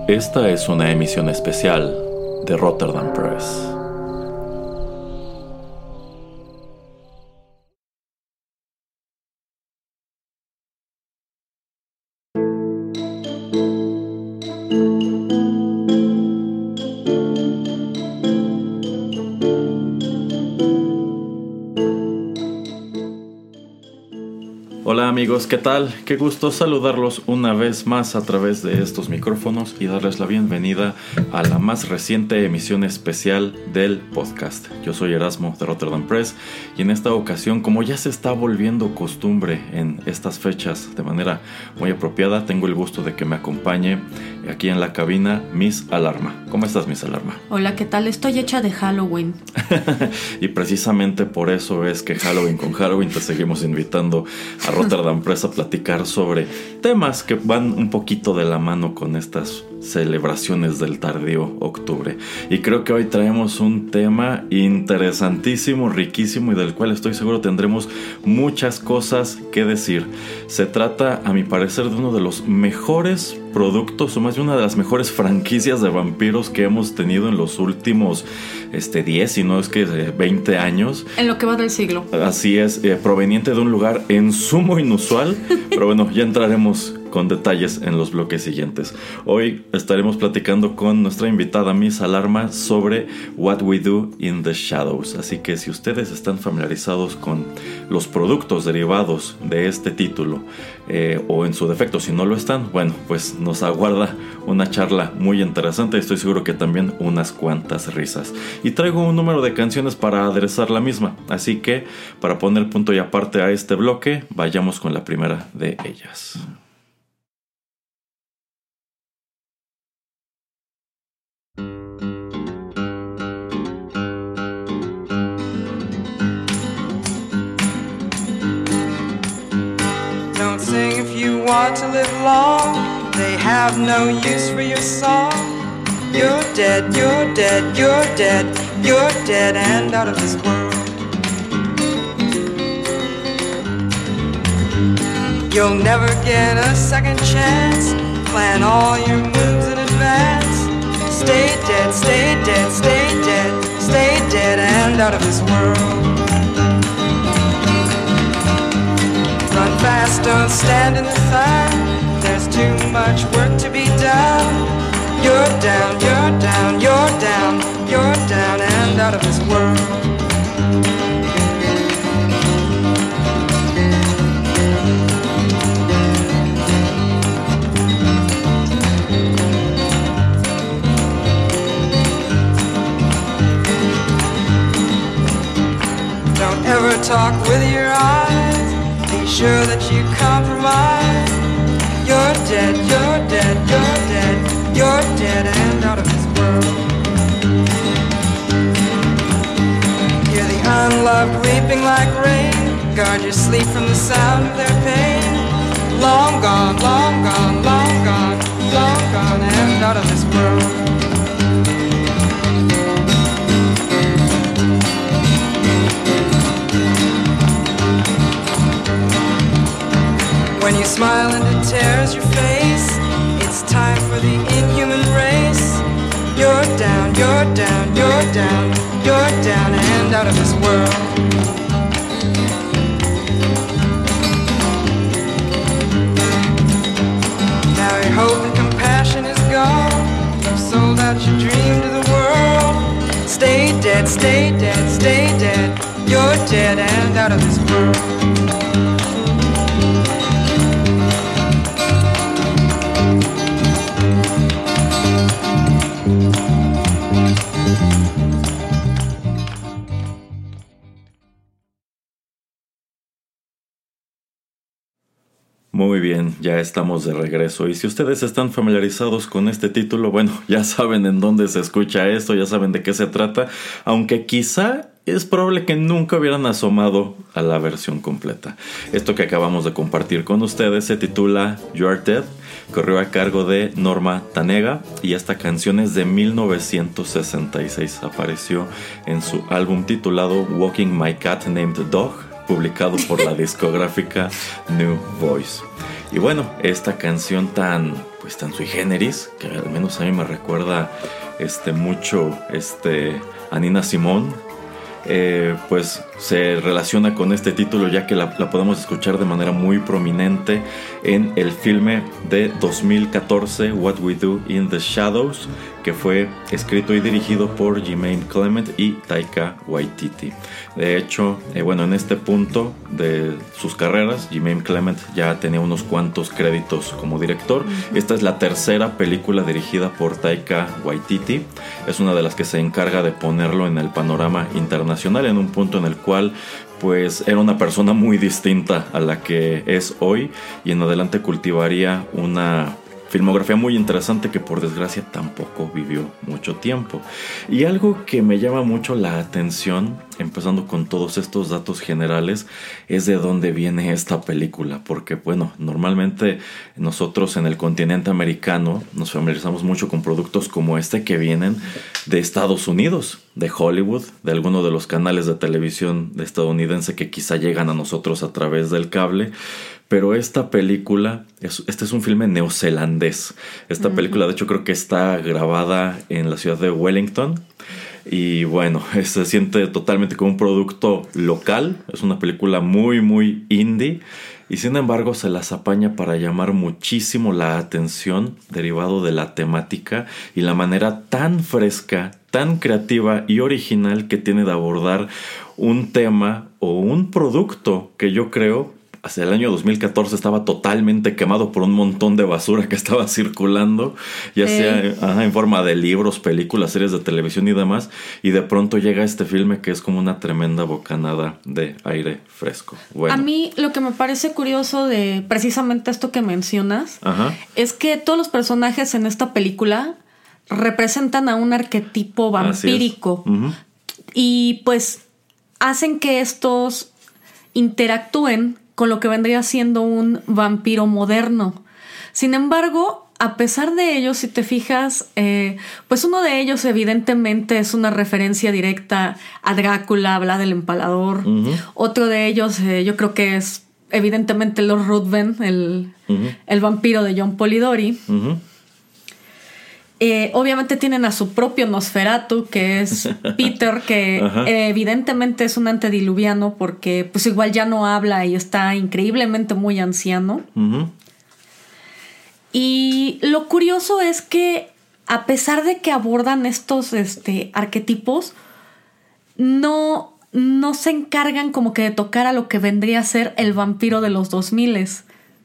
Esta es una emisión especial de Rotterdam Press. Hola amigos, ¿qué tal? Qué gusto saludarlos una vez más a través de estos micrófonos y darles la bienvenida a la más reciente emisión especial del podcast. Yo soy Erasmo de Rotterdam Press y en esta ocasión, como ya se está volviendo costumbre en estas fechas de manera muy apropiada, tengo el gusto de que me acompañe aquí en la cabina Miss Alarma. ¿Cómo estás, Miss Alarma? Hola, ¿qué tal? Estoy hecha de Halloween. Y precisamente por eso es que con Halloween te seguimos invitando a Rotterdam Press a platicar sobre temas que van un poquito de la mano con estas celebraciones del tardío octubre. Y creo que hoy traemos un tema interesantísimo, riquísimo y del cual estoy seguro tendremos muchas cosas que decir. Se trata, a mi parecer, de uno de los mejores productos, o más bien una de las mejores franquicias de vampiros que hemos tenido en los últimos 10, si no es que 20 años. En lo que va del siglo. Así es, proveniente de un lugar en sumo inusual, pero bueno, ya entraremos con detalles en los bloques siguientes. Hoy estaremos platicando con nuestra invitada Miss Alarma sobre What We Do in the Shadows. Así que si ustedes están familiarizados con los productos derivados de este título, o en su defecto si no lo están, bueno, pues nos aguarda una charla muy interesante. Estoy seguro que también unas cuantas risas. Y traigo un número de canciones para aderezar la misma. Así que para poner punto y aparte a este bloque, vayamos con la primera de ellas. Don't sing if you want to live long. They have no use for your song. You're dead, you're dead, you're dead, you're dead and out of this world. You'll never get a second chance. Plan all your moves in advance. Stay dead, stay dead, stay dead, stay dead and out of this world. Run fast, don't stand in the sun. There's too much work to be done. You're down, you're down, you're down, you're down and out of this world. Don't ever talk with your eyes. Be sure that you compromise. You're dead, you're dead, you're dead, you're dead and out of this world. Hear the unloved weeping like rain. Guard your sleep from the sound of their pain. Long gone, long gone, long gone, long gone and out of this world. When you smile and it tears your face, it's time for the inhuman race. You're down, you're down, you're down, you're down and out of this world. Now your hope and compassion is gone. You've sold out your dream to the world. Stay dead, stay dead, stay dead. You're dead and out of this world. Muy bien, ya estamos de regreso y si ustedes están familiarizados con este título, bueno, ya saben en dónde se escucha esto, ya saben de qué se trata, aunque quizá es probable que nunca hubieran asomado a la versión completa. Esto que acabamos de compartir con ustedes se titula You're Dead, corrió a cargo de Norma Tanega y esta canción es de 1966, apareció en su álbum titulado Walking My Cat Named Dog, publicado por la discográfica New Voice. Y bueno, esta canción tan pues tan sui generis, que al menos a mí me recuerda mucho a Nina Simone. Pues se relaciona con este título, ya que la podemos escuchar de manera muy prominente en el filme de 2014 What We Do in the Shadows, que fue escrito y dirigido por Jermaine Clement y Taika Waititi. De hecho, en este punto de sus carreras, Jermaine Clement ya tenía unos cuantos créditos como director. Esta es la tercera película dirigida por Taika Waititi. Es una de las que se encarga de ponerlo en el panorama internacional, en un punto en el cual pues era una persona muy distinta a la que es hoy, y en adelante cultivaría una filmografía muy interesante que por desgracia tampoco vivió mucho tiempo. Y algo que me llama mucho la atención, empezando con todos estos datos generales, es de dónde viene esta película, porque normalmente nosotros en el continente americano nos familiarizamos mucho con productos como este que vienen de Estados Unidos, de Hollywood, de alguno de los canales de televisión estadounidense que quizá llegan a nosotros a través del cable. Pero esta película, este es un filme neozelandés. Esta película, de hecho, creo que está grabada en la ciudad de Wellington. Y se siente totalmente como un producto local. Es una película muy, muy indie. Y sin embargo se las apaña para llamar muchísimo la atención, derivado de la temática y la manera tan fresca, tan creativa y original que tiene de abordar un tema o un producto que yo creo hacia el año 2014 estaba totalmente quemado por un montón de basura que estaba circulando, ya sea en forma de libros, películas, series de televisión y demás, y de pronto llega este filme que es como una tremenda bocanada de aire fresco. A mí lo que me parece curioso de precisamente esto que mencionas es que todos los personajes en esta película representan a un arquetipo vampírico, y pues hacen que estos interactúen con lo que vendría siendo un vampiro moderno. Sin embargo, a pesar de ello, si te fijas, pues uno de ellos evidentemente es una referencia directa a Drácula, Vlad el Empalador. Otro de ellos yo creo que es evidentemente Lord Ruthven, el vampiro de John Polidori. Obviamente tienen a su propio Nosferatu, que es Peter, que evidentemente es un antediluviano porque pues igual ya no habla y está increíblemente muy anciano. Y lo curioso es que a pesar de que abordan estos arquetipos, no se encargan como que de tocar a lo que vendría a ser el vampiro de los 2000s,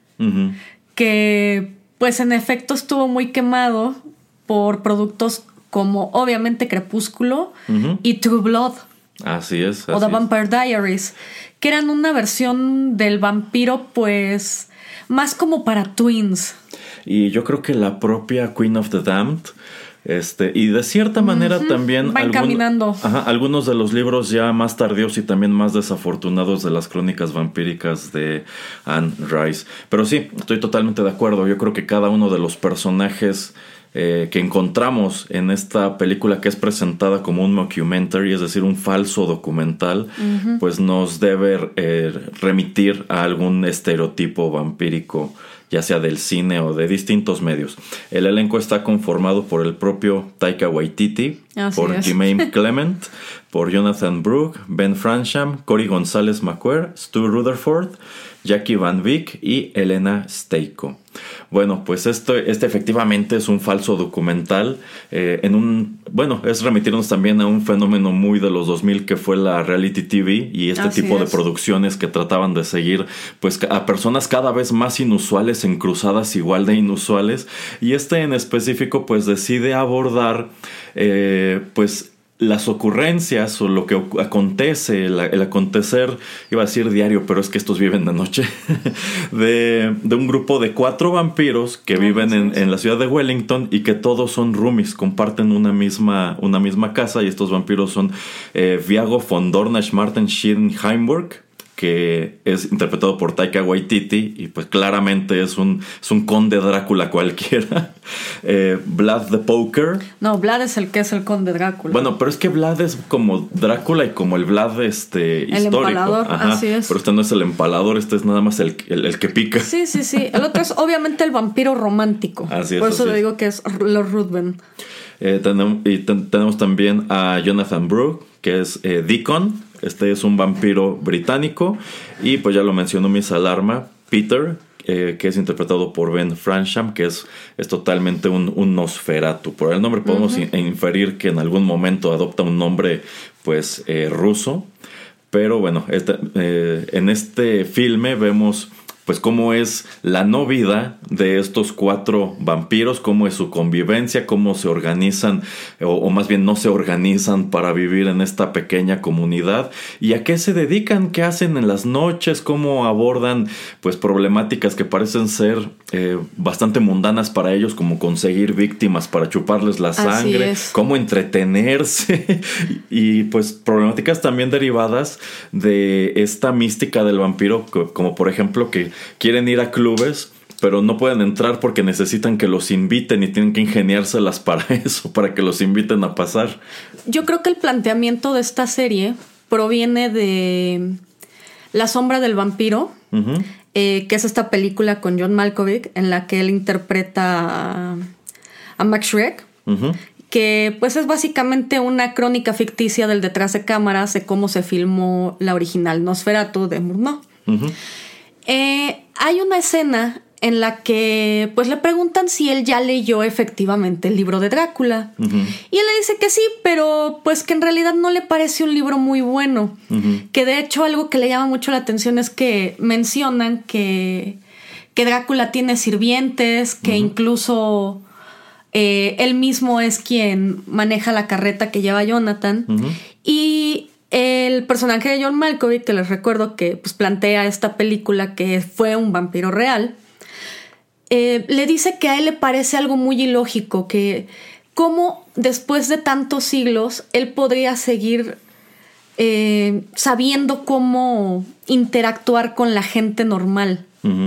que pues en efecto estuvo muy quemado por productos como obviamente Crepúsculo y True Blood. Así es. O The Vampire Diaries, que eran una versión del vampiro pues más como para tweens. Y yo creo que la propia Queen of the Damned, y de cierta manera también va encaminando. Algunos de los libros ya más tardíos y también más desafortunados de las crónicas vampíricas de Anne Rice. Pero sí, estoy totalmente de acuerdo. Yo creo que cada uno de los personajes que encontramos en esta película, que es presentada como un mockumentary, es decir, un falso documental, pues nos debe remitir a algún estereotipo vampírico, ya sea del cine o de distintos medios. El elenco está conformado por el propio Taika Waititi, por Jermaine Clement, por Jonathan Brooke, Ben Fransham, Cory González McQuarrie, Stu Rutherford, Jackie Van Vick y Elena Steiko. Bueno, pues este efectivamente es un falso documental. Es remitirnos también a un fenómeno muy de los 2000 que fue la reality TV y tipo de producciones que trataban de seguir pues a personas cada vez más inusuales en cruzadas igual de inusuales. Y en específico pues decide abordar pues las ocurrencias o lo que acontece, el acontecer, iba a decir diario, pero es que estos viven de noche, de un grupo de 4 vampiros que viven en la ciudad de Wellington y que todos son roomies, comparten una misma casa, y estos vampiros son Viago von Dornach, Martin Schierenheimburg, que es interpretado por Taika Waititi, y pues claramente es un conde Drácula cualquiera. Vlad the Poker. No, Vlad es el que es el conde Drácula. Bueno, pero es que Vlad es como Drácula y como el Vlad el histórico. Empalador, así es. Pero este no es el empalador, este es nada más el que pica. Sí. El otro es obviamente el vampiro romántico. Así es. Por eso le digo que es Lord Ruthven. Tenemos también a Jonathan Brooke, que es Deacon. Este es un vampiro británico. Y pues ya lo mencionó Miss Alarma, Peter, que es interpretado por Ben Fransham, que es totalmente un Nosferatu. Por el nombre podemos inferir que en algún momento adopta un nombre pues ruso. Pero bueno, en este filme vemos pues cómo es la no vida de estos 4 vampiros, cómo es su convivencia, cómo se organizan, o más bien no se organizan para vivir en esta pequeña comunidad, y a qué se dedican, qué hacen en las noches, cómo abordan pues problemáticas que parecen ser bastante mundanas para ellos, como conseguir víctimas para chuparles la sangre, cómo entretenerse y pues problemáticas también derivadas de esta mística del vampiro, como por ejemplo que quieren ir a clubes, pero no pueden entrar porque necesitan que los inviten y tienen que ingeniárselas para eso, para que los inviten a pasar. Yo creo que el planteamiento de esta serie proviene de La sombra del vampiro, que es esta película con John Malkovich en la que él interpreta a Max Schreck, que pues es básicamente una crónica ficticia del detrás de cámaras de cómo se filmó la original Nosferatu de Murnau. Hay una escena en la que pues le preguntan si él ya leyó efectivamente el libro de Drácula. Y él le dice que sí, pero pues que en realidad no le parece un libro muy bueno. Que de hecho algo que le llama mucho la atención es que mencionan que Drácula tiene sirvientes, que incluso él mismo es quien maneja la carreta que lleva Jonathan. Y el personaje de John Malkovich, que les recuerdo que pues, plantea esta película que fue un vampiro real, le dice que a él le parece algo muy ilógico, que cómo después de tantos siglos él podría seguir sabiendo cómo interactuar con la gente normal.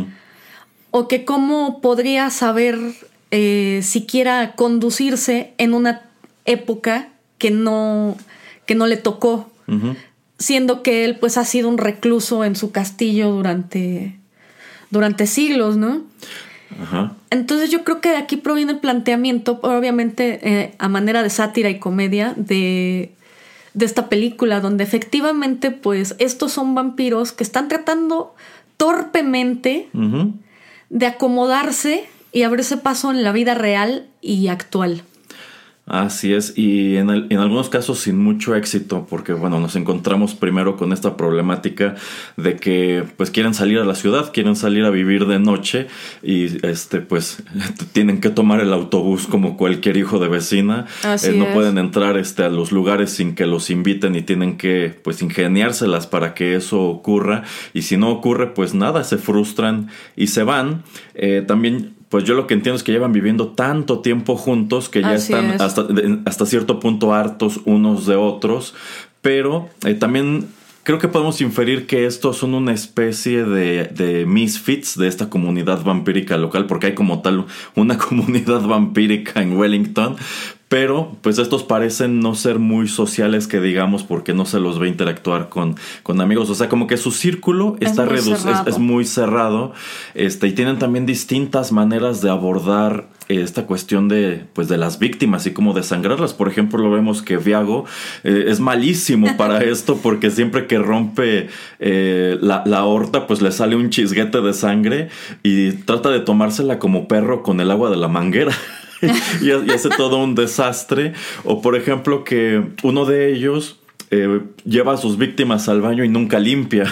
O que cómo podría saber siquiera conducirse en una época que no le tocó. Siendo que él pues ha sido un recluso en su castillo durante siglos, ¿no? Entonces yo creo que de aquí proviene el planteamiento, obviamente a manera de sátira y comedia de esta película, donde efectivamente pues estos son vampiros que están tratando torpemente de acomodarse y abrirse paso en la vida real y actual. Así es, y en algunos casos sin mucho éxito, porque bueno, nos encontramos primero con esta problemática de que pues quieren salir a la ciudad, quieren salir a vivir de noche y pues tienen que tomar el autobús como cualquier hijo de vecina. No pueden entrar a los lugares sin que los inviten y tienen que pues ingeniárselas para que eso ocurra, y si no ocurre pues nada, se frustran y se van. También pues yo lo que entiendo es que llevan viviendo tanto tiempo juntos que ya están hasta cierto punto hartos unos de otros, pero también creo que podemos inferir que estos son una especie de misfits de esta comunidad vampírica local, porque hay como tal una comunidad vampírica en Wellington, pero pues estos parecen no ser muy sociales, que digamos, porque no se los ve interactuar con amigos. O sea, como que su círculo está reducido, es muy cerrado, y tienen también distintas maneras de abordar esta cuestión de las víctimas y cómo desangrarlas. Por ejemplo, lo vemos que Viago es malísimo para esto, porque siempre que rompe la aorta pues le sale un chisguete de sangre y trata de tomársela como perro con el agua de la manguera. y hace todo un desastre. O por ejemplo que uno de ellos lleva a sus víctimas al baño y nunca limpia.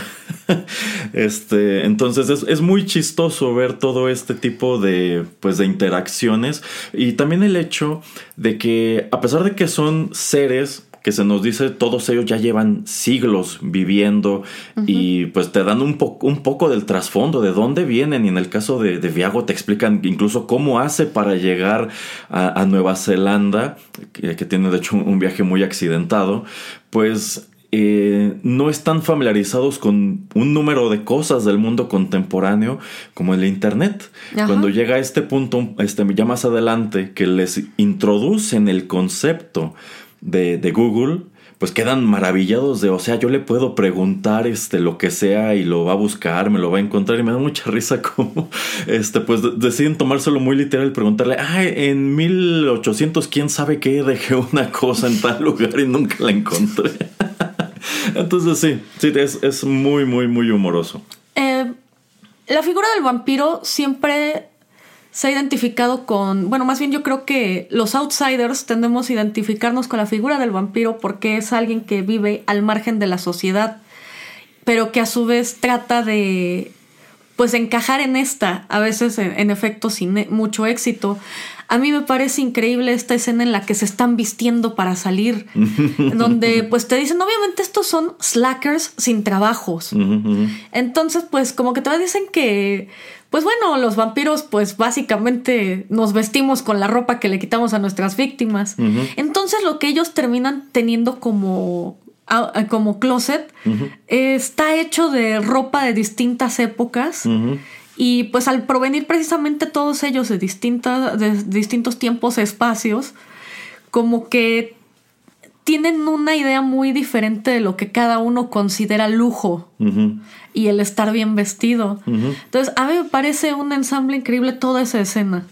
Entonces es muy chistoso ver todo este tipo de interacciones, y también el hecho de que a pesar de que son seres que se nos dice todos ellos ya llevan siglos viviendo, y pues te dan un poco del trasfondo de dónde vienen, y en el caso de Viago te explican incluso cómo hace para llegar a Nueva Zelanda, que tiene de hecho un viaje muy accidentado. Pues no están familiarizados con un número de cosas del mundo contemporáneo como el internet. Ajá. Cuando llega a este punto, ya más adelante, que les introducen el concepto de Google, pues quedan maravillados de, o sea, yo le puedo preguntar lo que sea y lo va a buscar, me lo va a encontrar, y me da mucha risa como pues deciden tomárselo muy literal y preguntarle, en 1800 quién sabe qué, dejé una cosa en tal lugar y nunca la encontré. Entonces sí, es muy, muy, muy humoroso. La figura del vampiro siempre se ha identificado con... Bueno, más bien yo creo que los outsiders tendemos a identificarnos con la figura del vampiro porque es alguien que vive al margen de la sociedad, pero que a su vez trata de, pues, encajar en esta, a veces en efecto sin mucho éxito. A mí me parece increíble esta escena en la que se están vistiendo para salir, donde pues te dicen, obviamente estos son slackers sin trabajos. Entonces pues como que te dicen que, pues bueno, los vampiros pues básicamente nos vestimos con la ropa que le quitamos a nuestras víctimas. Entonces lo que ellos terminan teniendo como closet está hecho de ropa de distintas épocas. Y pues al provenir precisamente todos ellos de distintos tiempos, espacios, como que tienen una idea muy diferente de lo que cada uno considera lujo y el estar bien vestido. Entonces a mí me parece un ensamble increíble toda esa escena.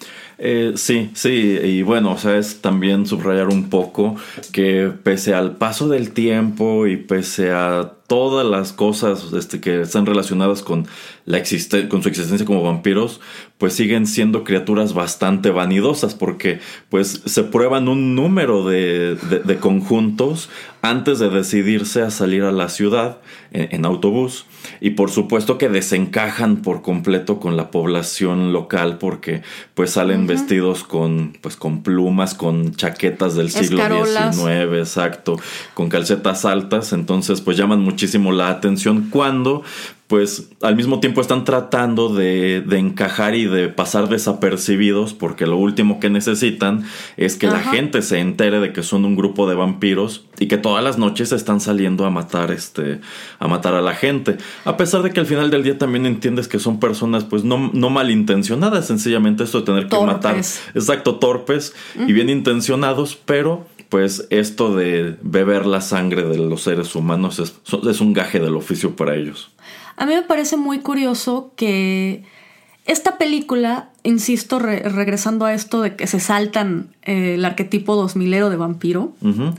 Sí, y bueno, o sea, es también subrayar un poco que pese al paso del tiempo y pese a todas las cosas que están relacionadas con con su existencia como vampiros, pues siguen siendo criaturas bastante vanidosas porque pues se prueban un número de conjuntos antes de decidirse a salir a la ciudad en autobús, y por supuesto que desencajan por completo con la población local porque pues salen vestidos con plumas, con chaquetas del siglo XIX, exacto, con calcetas altas. Entonces pues llaman muchísimo la atención cuando pues al mismo tiempo están tratando de encajar y de pasar desapercibidos, porque lo último que necesitan es que la gente se entere de que son un grupo de vampiros y que todas las noches están saliendo a matar a la gente, a pesar de que al final del día también entiendes que son personas pues no malintencionadas, sencillamente esto de tener que matar, exacto, torpes y bien intencionados, pero pues esto de beber la sangre de los seres humanos es un gaje del oficio para ellos. A mí me parece muy curioso que esta película, insisto, regresando a esto de que se saltan el arquetipo 2000ero de vampiro,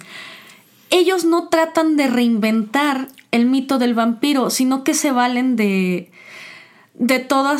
ellos no tratan de reinventar el mito del vampiro, sino que se valen de todas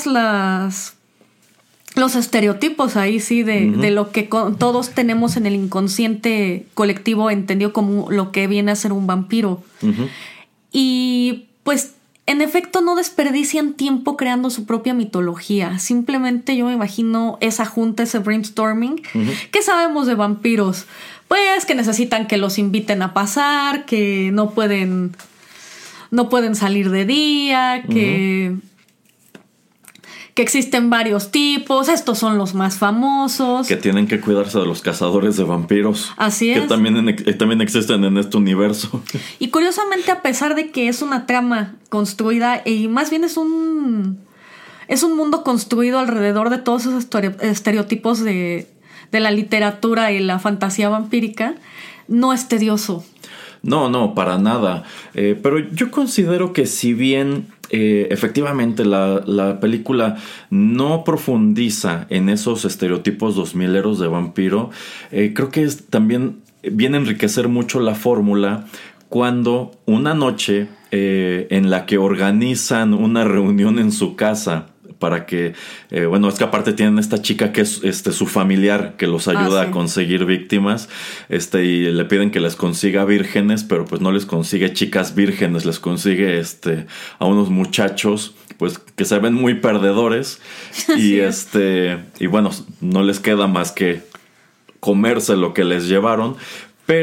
los estereotipos ahí, sí, de lo que todos tenemos en el inconsciente colectivo entendido como lo que viene a ser un vampiro. Y pues en efecto no desperdician tiempo creando su propia mitología. Simplemente yo me imagino esa junta, ese brainstorming. ¿Qué sabemos de vampiros? Pues que necesitan que los inviten a pasar, que no pueden salir de día, que existen varios tipos, estos son los más famosos. Que tienen que cuidarse de los cazadores de vampiros. Así es. Que también existen en este universo. Y curiosamente, a pesar de que es una trama construida, y más bien es un mundo construido alrededor de todos esos estereotipos de la literatura y la fantasía vampírica, no es tedioso. No, para nada. Pero yo considero que si bien efectivamente la película no profundiza en esos estereotipos 2000eros de vampiro, creo que también viene a enriquecer mucho la fórmula cuando una noche en la que organizan una reunión en su casa para que, es que aparte tienen esta chica que es su familiar que los ayuda a conseguir víctimas, y le piden que les consiga vírgenes, pero pues no les consigue chicas vírgenes, les consigue a unos muchachos pues que se ven muy perdedores y y bueno, no les queda más que comerse lo que les llevaron, pero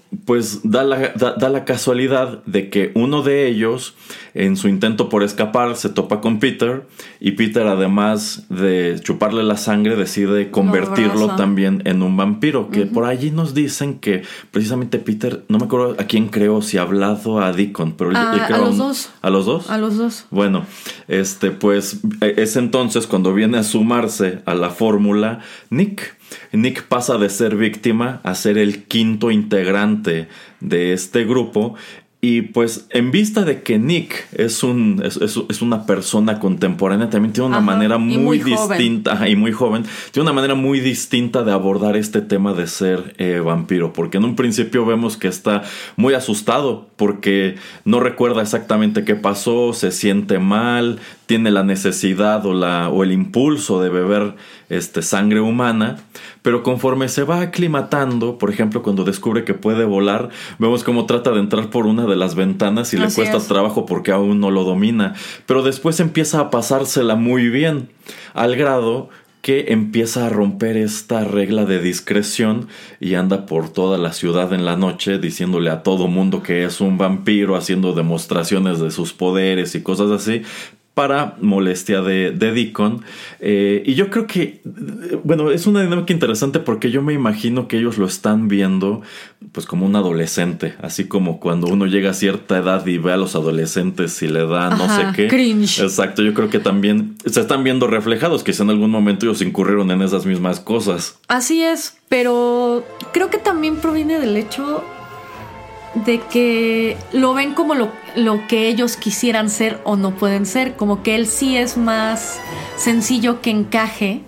pues da la casualidad de que uno de ellos, en su intento por escapar, se topa con Peter, y Peter, además de chuparle la sangre, decide convertirlo también en un vampiro. Que por allí nos dicen que precisamente Peter, no me acuerdo a quién creó, si a Vlad o a Deacon, pero a los dos. ¿A los dos? A los dos. Bueno, pues es entonces cuando viene a sumarse a la fórmula Nick. Nick pasa de ser víctima a ser el quinto integrante de este grupo. Y pues en vista de que Nick es una persona contemporánea, también tiene una manera muy distinta y muy joven, tiene una manera muy distinta de abordar este tema de ser vampiro, porque en un principio vemos que está muy asustado porque no recuerda exactamente qué pasó, se siente mal, tiene la necesidad o el impulso de beber sangre humana, pero conforme se va aclimatando, por ejemplo, cuando descubre que puede volar, vemos cómo trata de entrar por una de las ventanas y le cuesta trabajo porque aún no lo domina, pero después empieza a pasársela muy bien, al grado que empieza a romper esta regla de discreción y anda por toda la ciudad en la noche diciéndole a todo mundo que es un vampiro, haciendo demostraciones de sus poderes y cosas así, para molestia de Deacon. Y yo creo que, bueno, es una dinámica interesante porque yo me imagino que ellos lo están viendo pues como un adolescente, así como cuando uno llega a cierta edad y ve a los adolescentes y le da no sé qué. Cringe. Exacto, yo creo que también se están viendo reflejados, que en algún momento ellos incurrieron en esas mismas cosas. Así es, pero creo que también proviene del hecho de que lo ven como lo que ellos quisieran ser o no pueden ser, como que él sí es más sencillo que encaje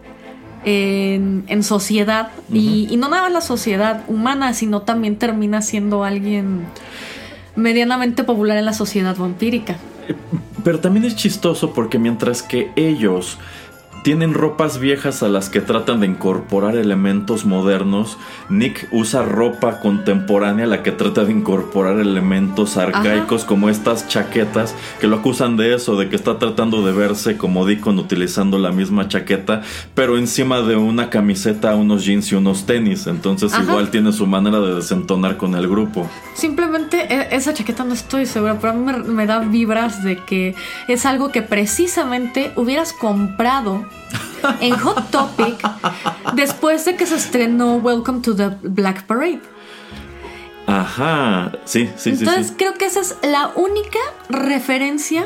en sociedad, y no nada más la sociedad humana, sino también termina siendo alguien medianamente popular en la sociedad vampírica. Pero también es chistoso porque mientras que ellos tienen ropas viejas a las que tratan de incorporar elementos modernos, Nick usa ropa contemporánea a la que trata de incorporar elementos arcaicos, como estas chaquetas que lo acusan de eso, de que está tratando de verse como Deacon utilizando la misma chaqueta, pero encima de una camiseta, unos jeans y unos tenis. Entonces igual tiene su manera de desentonar con el grupo. Simplemente esa chaqueta no estoy segura, pero a mí me da vibras de que es algo que precisamente hubieras comprado en Hot Topic después de que se estrenó Welcome to the Black Parade. Ajá, sí. Entonces creo que esa es la única referencia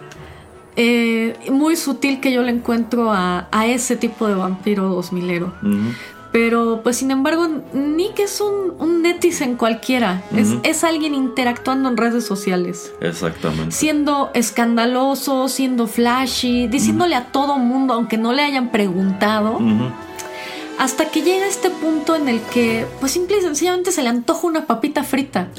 muy sutil que yo le encuentro a ese tipo de vampiro 2000ero. Pero pues sin embargo Nick es un netizen cualquiera. Es alguien interactuando en redes sociales. Exactamente. Siendo escandaloso, siendo flashy, diciéndole a todo mundo, aunque no le hayan preguntado, hasta que llega este punto en el que pues simple y sencillamente se le antoja una papita frita.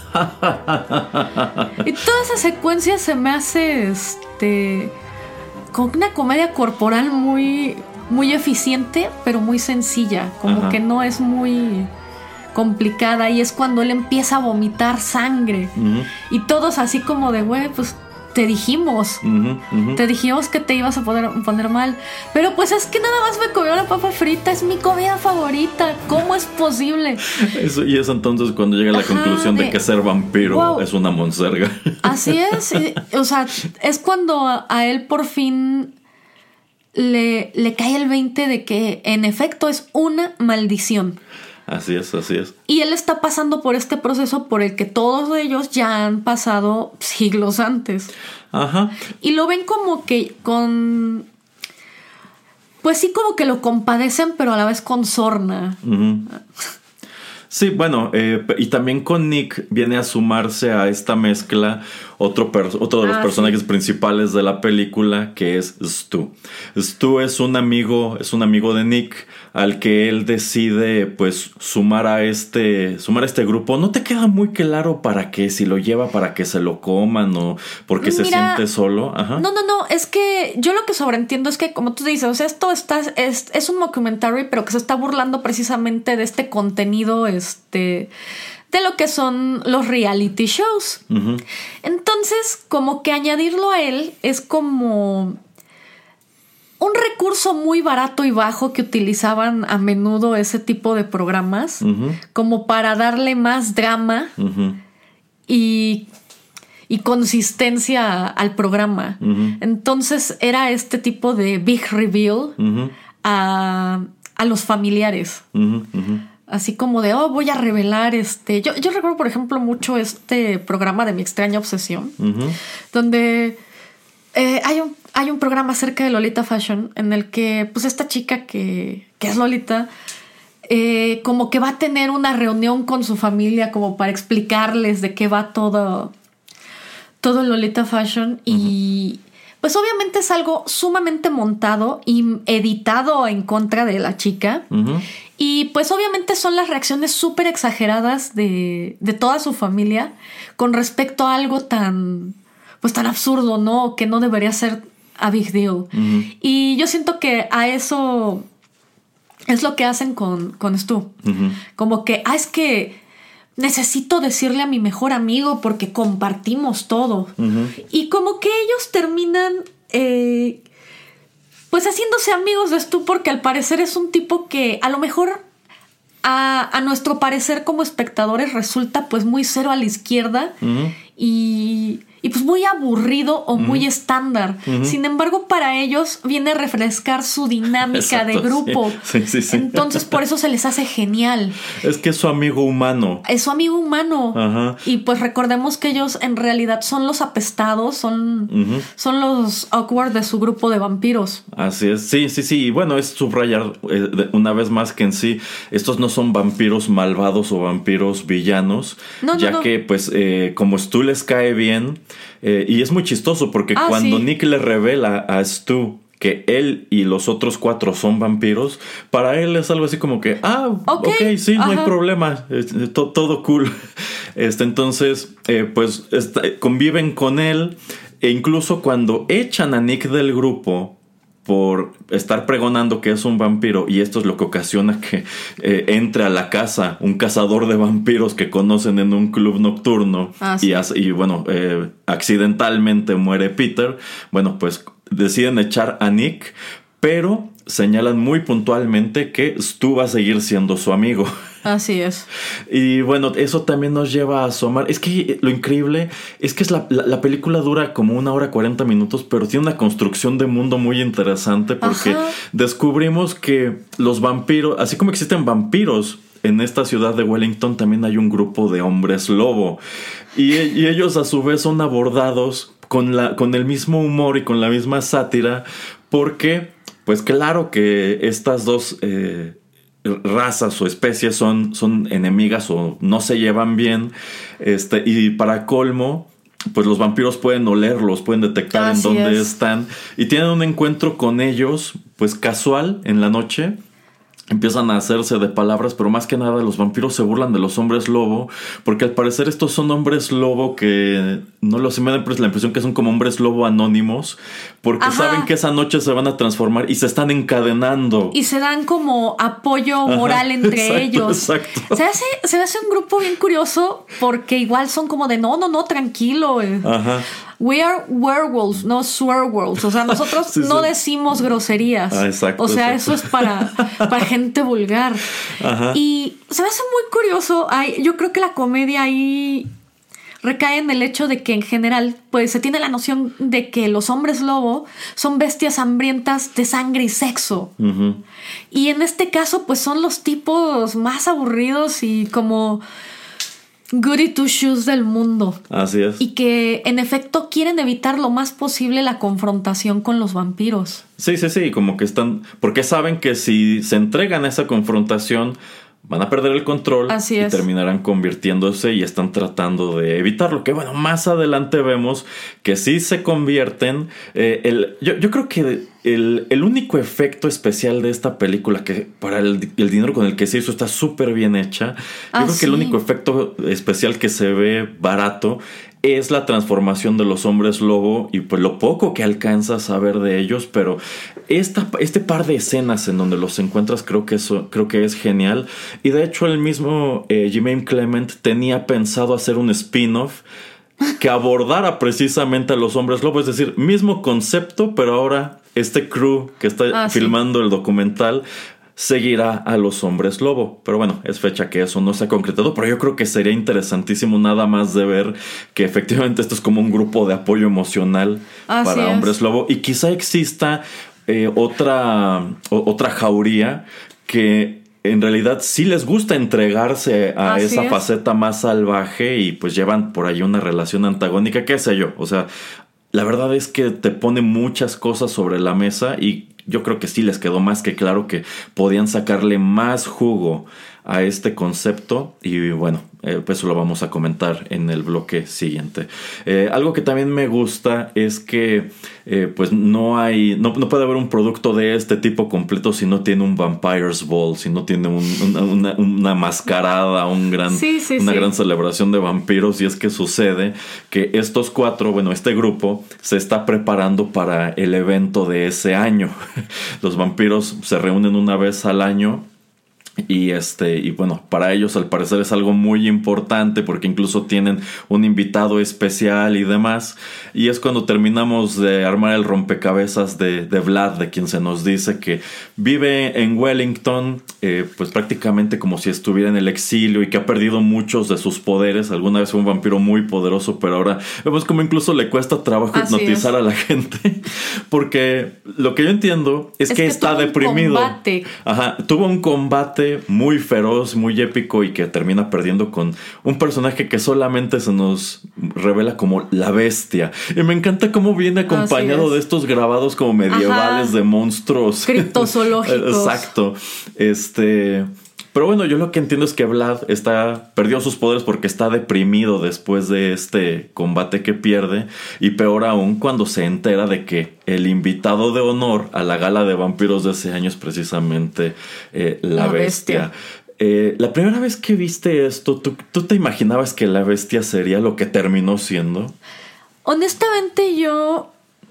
Y toda esa secuencia se me hace con una comedia corporal muy eficiente, pero muy sencilla, como que no es muy complicada, y es cuando él empieza a vomitar sangre y todos así como de güey, pues te dijimos que te ibas a poner mal, pero pues es que nada más me comió la papa frita, es mi comida favorita, ¿cómo es posible? Y es entonces cuando llega a la conclusión de que ser vampiro es una monserga. Así es, o sea, es cuando a él por fin le cae el 20 de que en efecto es una maldición. Así es. Y él está pasando por este proceso por el que todos ellos ya han pasado siglos antes. Y lo ven como que pues sí, como que lo compadecen, pero a la vez con sorna. Sí, bueno, y también con Nick viene a sumarse a esta mezcla otro de los personajes principales de la película, que es Stu. Stu es un amigo de Nick al que él decide pues sumar a este grupo. No te queda muy claro para qué, si lo lleva para que se lo coman o porque se siente solo. No, es que yo lo que sobreentiendo es que, como tú dices, o sea, esto es un mockumentary, pero que se está burlando precisamente de este contenido de lo que son los reality shows. Entonces, como que añadirlo a él es como un recurso uso muy barato y bajo que utilizaban a menudo ese tipo de programas, como para darle más drama y consistencia al programa. Entonces era este tipo de big reveal a los familiares. Así como de, voy a revelar Yo recuerdo, por ejemplo, mucho este programa de Mi Extraña Obsesión, donde hay un programa acerca de Lolita Fashion en el que pues esta chica que es Lolita como que va a tener una reunión con su familia como para explicarles de qué va todo Lolita Fashion y pues obviamente es algo sumamente montado y editado en contra de la chica y pues obviamente son las reacciones súper exageradas de toda su familia con respecto a algo tan absurdo, ¿no? Que no debería ser a big deal. Y yo siento que a eso es lo que hacen con Stu. Como que, es que necesito decirle a mi mejor amigo porque compartimos todo. Y como que ellos terminan pues haciéndose amigos de Stu porque al parecer es un tipo que a lo mejor a nuestro parecer como espectadores resulta pues muy cero a la izquierda y pues muy aburrido o muy estándar. Sin embargo, para ellos viene a refrescar su dinámica de grupo. Sí. Entonces, por eso se les hace genial. Es que es su amigo humano. Es su amigo humano. Y pues recordemos que ellos en realidad son los apestados, son los awkward de su grupo de vampiros. Así es. Sí. Y bueno, es subrayar una vez más que en sí, estos no son vampiros malvados o vampiros villanos. No. Que pues como Stu les cae bien... y es muy chistoso porque cuando Nick le revela a Stu que él y los otros 4 son vampiros, para él es algo así como que, okay, sí, no hay problema, todo cool. Entonces, pues conviven con él e incluso cuando echan a Nick del grupo por estar pregonando que es un vampiro, y esto es lo que ocasiona que entre a la casa un cazador de vampiros que conocen en un club nocturno y bueno, accidentalmente muere Peter. Bueno, pues deciden echar a Nick, pero señalan muy puntualmente que Stu va a seguir siendo su amigo. Así es. Y bueno, eso también nos lleva a asomar. Es que lo increíble es que la película dura como 1 hora 40 minutos, pero tiene una construcción de mundo muy interesante porque descubrimos que los vampiros, así como existen vampiros en esta ciudad de Wellington, también hay un grupo de hombres lobo. Y ellos a su vez son abordados con el mismo humor y con la misma sátira, porque pues claro que estas dos razas o especies son enemigas o no se llevan bien, y para colmo pues los vampiros pueden olerlos, pueden detectar en dónde están, y tienen un encuentro con ellos pues casual en la noche. Empiezan a hacerse de palabras, pero más que nada los vampiros se burlan de los hombres lobo, porque al parecer estos son hombres lobo que no los me da la impresión que son como hombres lobo anónimos, porque saben que esa noche se van a transformar y se están encadenando. Y se dan como apoyo moral entre ellos. Exacto. Se hace un grupo bien curioso, porque igual son como de no, tranquilo. We are werewolves, no swearwolves. O sea, nosotros no decimos groserías. Exacto. O sea, eso es para gente vulgar. Y se me hace muy curioso. Yo creo que la comedia ahí recae en el hecho de que en general pues se tiene la noción de que los hombres lobo son bestias hambrientas de sangre y sexo. Y en este caso pues son los tipos más aburridos y como goody two shoes del mundo. Así es. Y que en efecto quieren evitar lo más posible la confrontación con los vampiros. Sí, como que están, porque saben que si se entregan a esa confrontación van a perder el control. Así es. Y terminarán convirtiéndose y están tratando de evitarlo. Que bueno, más adelante vemos que sí se convierten. Yo creo que el único efecto especial de esta película, que para el dinero con el que se hizo está súper bien hecha. Yo creo que el único efecto especial que se ve barato es la transformación de los hombres lobo y pues lo poco que alcanzas a ver de ellos, pero este par de escenas en donde los encuentras creo que es genial. Y de hecho el mismo Jemaine Clement tenía pensado hacer un spin-off que abordara precisamente a los hombres lobo, es decir, mismo concepto, pero ahora este crew que está filmando el documental seguirá a los hombres lobo. Pero bueno, es fecha que eso no se ha concretado, pero yo creo que sería interesantísimo nada más de ver que efectivamente esto es como un grupo de apoyo emocional para hombres lobo, y quizá exista otra jauría que en realidad sí les gusta entregarse a esa faceta más salvaje y pues llevan por ahí una relación antagónica, qué sé yo. O sea, la verdad es que te pone muchas cosas sobre la mesa y yo creo que sí les quedó más que claro que podían sacarle más jugo a este concepto, y bueno, pues eso lo vamos a comentar en el bloque siguiente. Algo que también me gusta es que pues no puede haber un producto de este tipo completo si no tiene un Vampire's Ball, si no tiene una mascarada, una gran celebración de vampiros. Y es que sucede que estos cuatro, bueno, este grupo se está preparando para el evento de ese año. Los vampiros se reúnen una vez al año. Y bueno, para ellos al parecer es algo muy importante porque incluso tienen un invitado especial y demás. Y es cuando terminamos de armar el rompecabezas de Vlad, de quien se nos dice que vive en Wellington, pues prácticamente como si estuviera en el exilio, y que ha perdido muchos de sus poderes. Alguna vez fue un vampiro muy poderoso, pero ahora vemos como incluso le cuesta trabajo hipnotizar a la gente. Porque lo que yo entiendo es que está deprimido. Tuvo un combate muy feroz, muy épico, y que termina perdiendo con un personaje que solamente se nos revela como la bestia. Y me encanta cómo viene acompañado de estos grabados como medievales de monstruos criptozoológicos. Exacto. Pero bueno, yo lo que entiendo es que Vlad perdió sus poderes porque está deprimido después de este combate que pierde, y peor aún cuando se entera de que el invitado de honor a la gala de vampiros de ese año es precisamente la bestia. La primera vez que viste esto, ¿tú te imaginabas que la bestia sería lo que terminó siendo? Honestamente, yo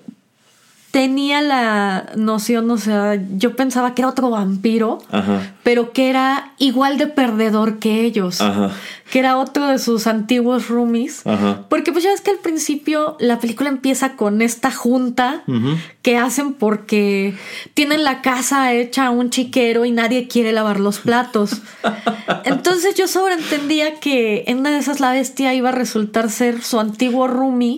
tenía la noción, o sea, yo pensaba que era otro vampiro, pero que era igual de perdedor que ellos, que era otro de sus antiguos roomies, porque pues ya ves que al principio la película empieza con esta junta que hacen porque tienen la casa hecha un chiquero y nadie quiere lavar los platos. Entonces yo sobreentendía que en una de esas la bestia iba a resultar ser su antiguo roomie,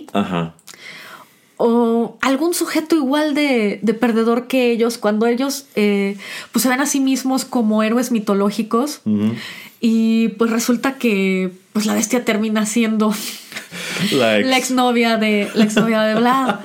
o algún sujeto igual de perdedor que ellos, cuando ellos pues se ven a sí mismos como héroes mitológicos. Y pues resulta que pues la bestia termina siendo la exnovia de Vlad.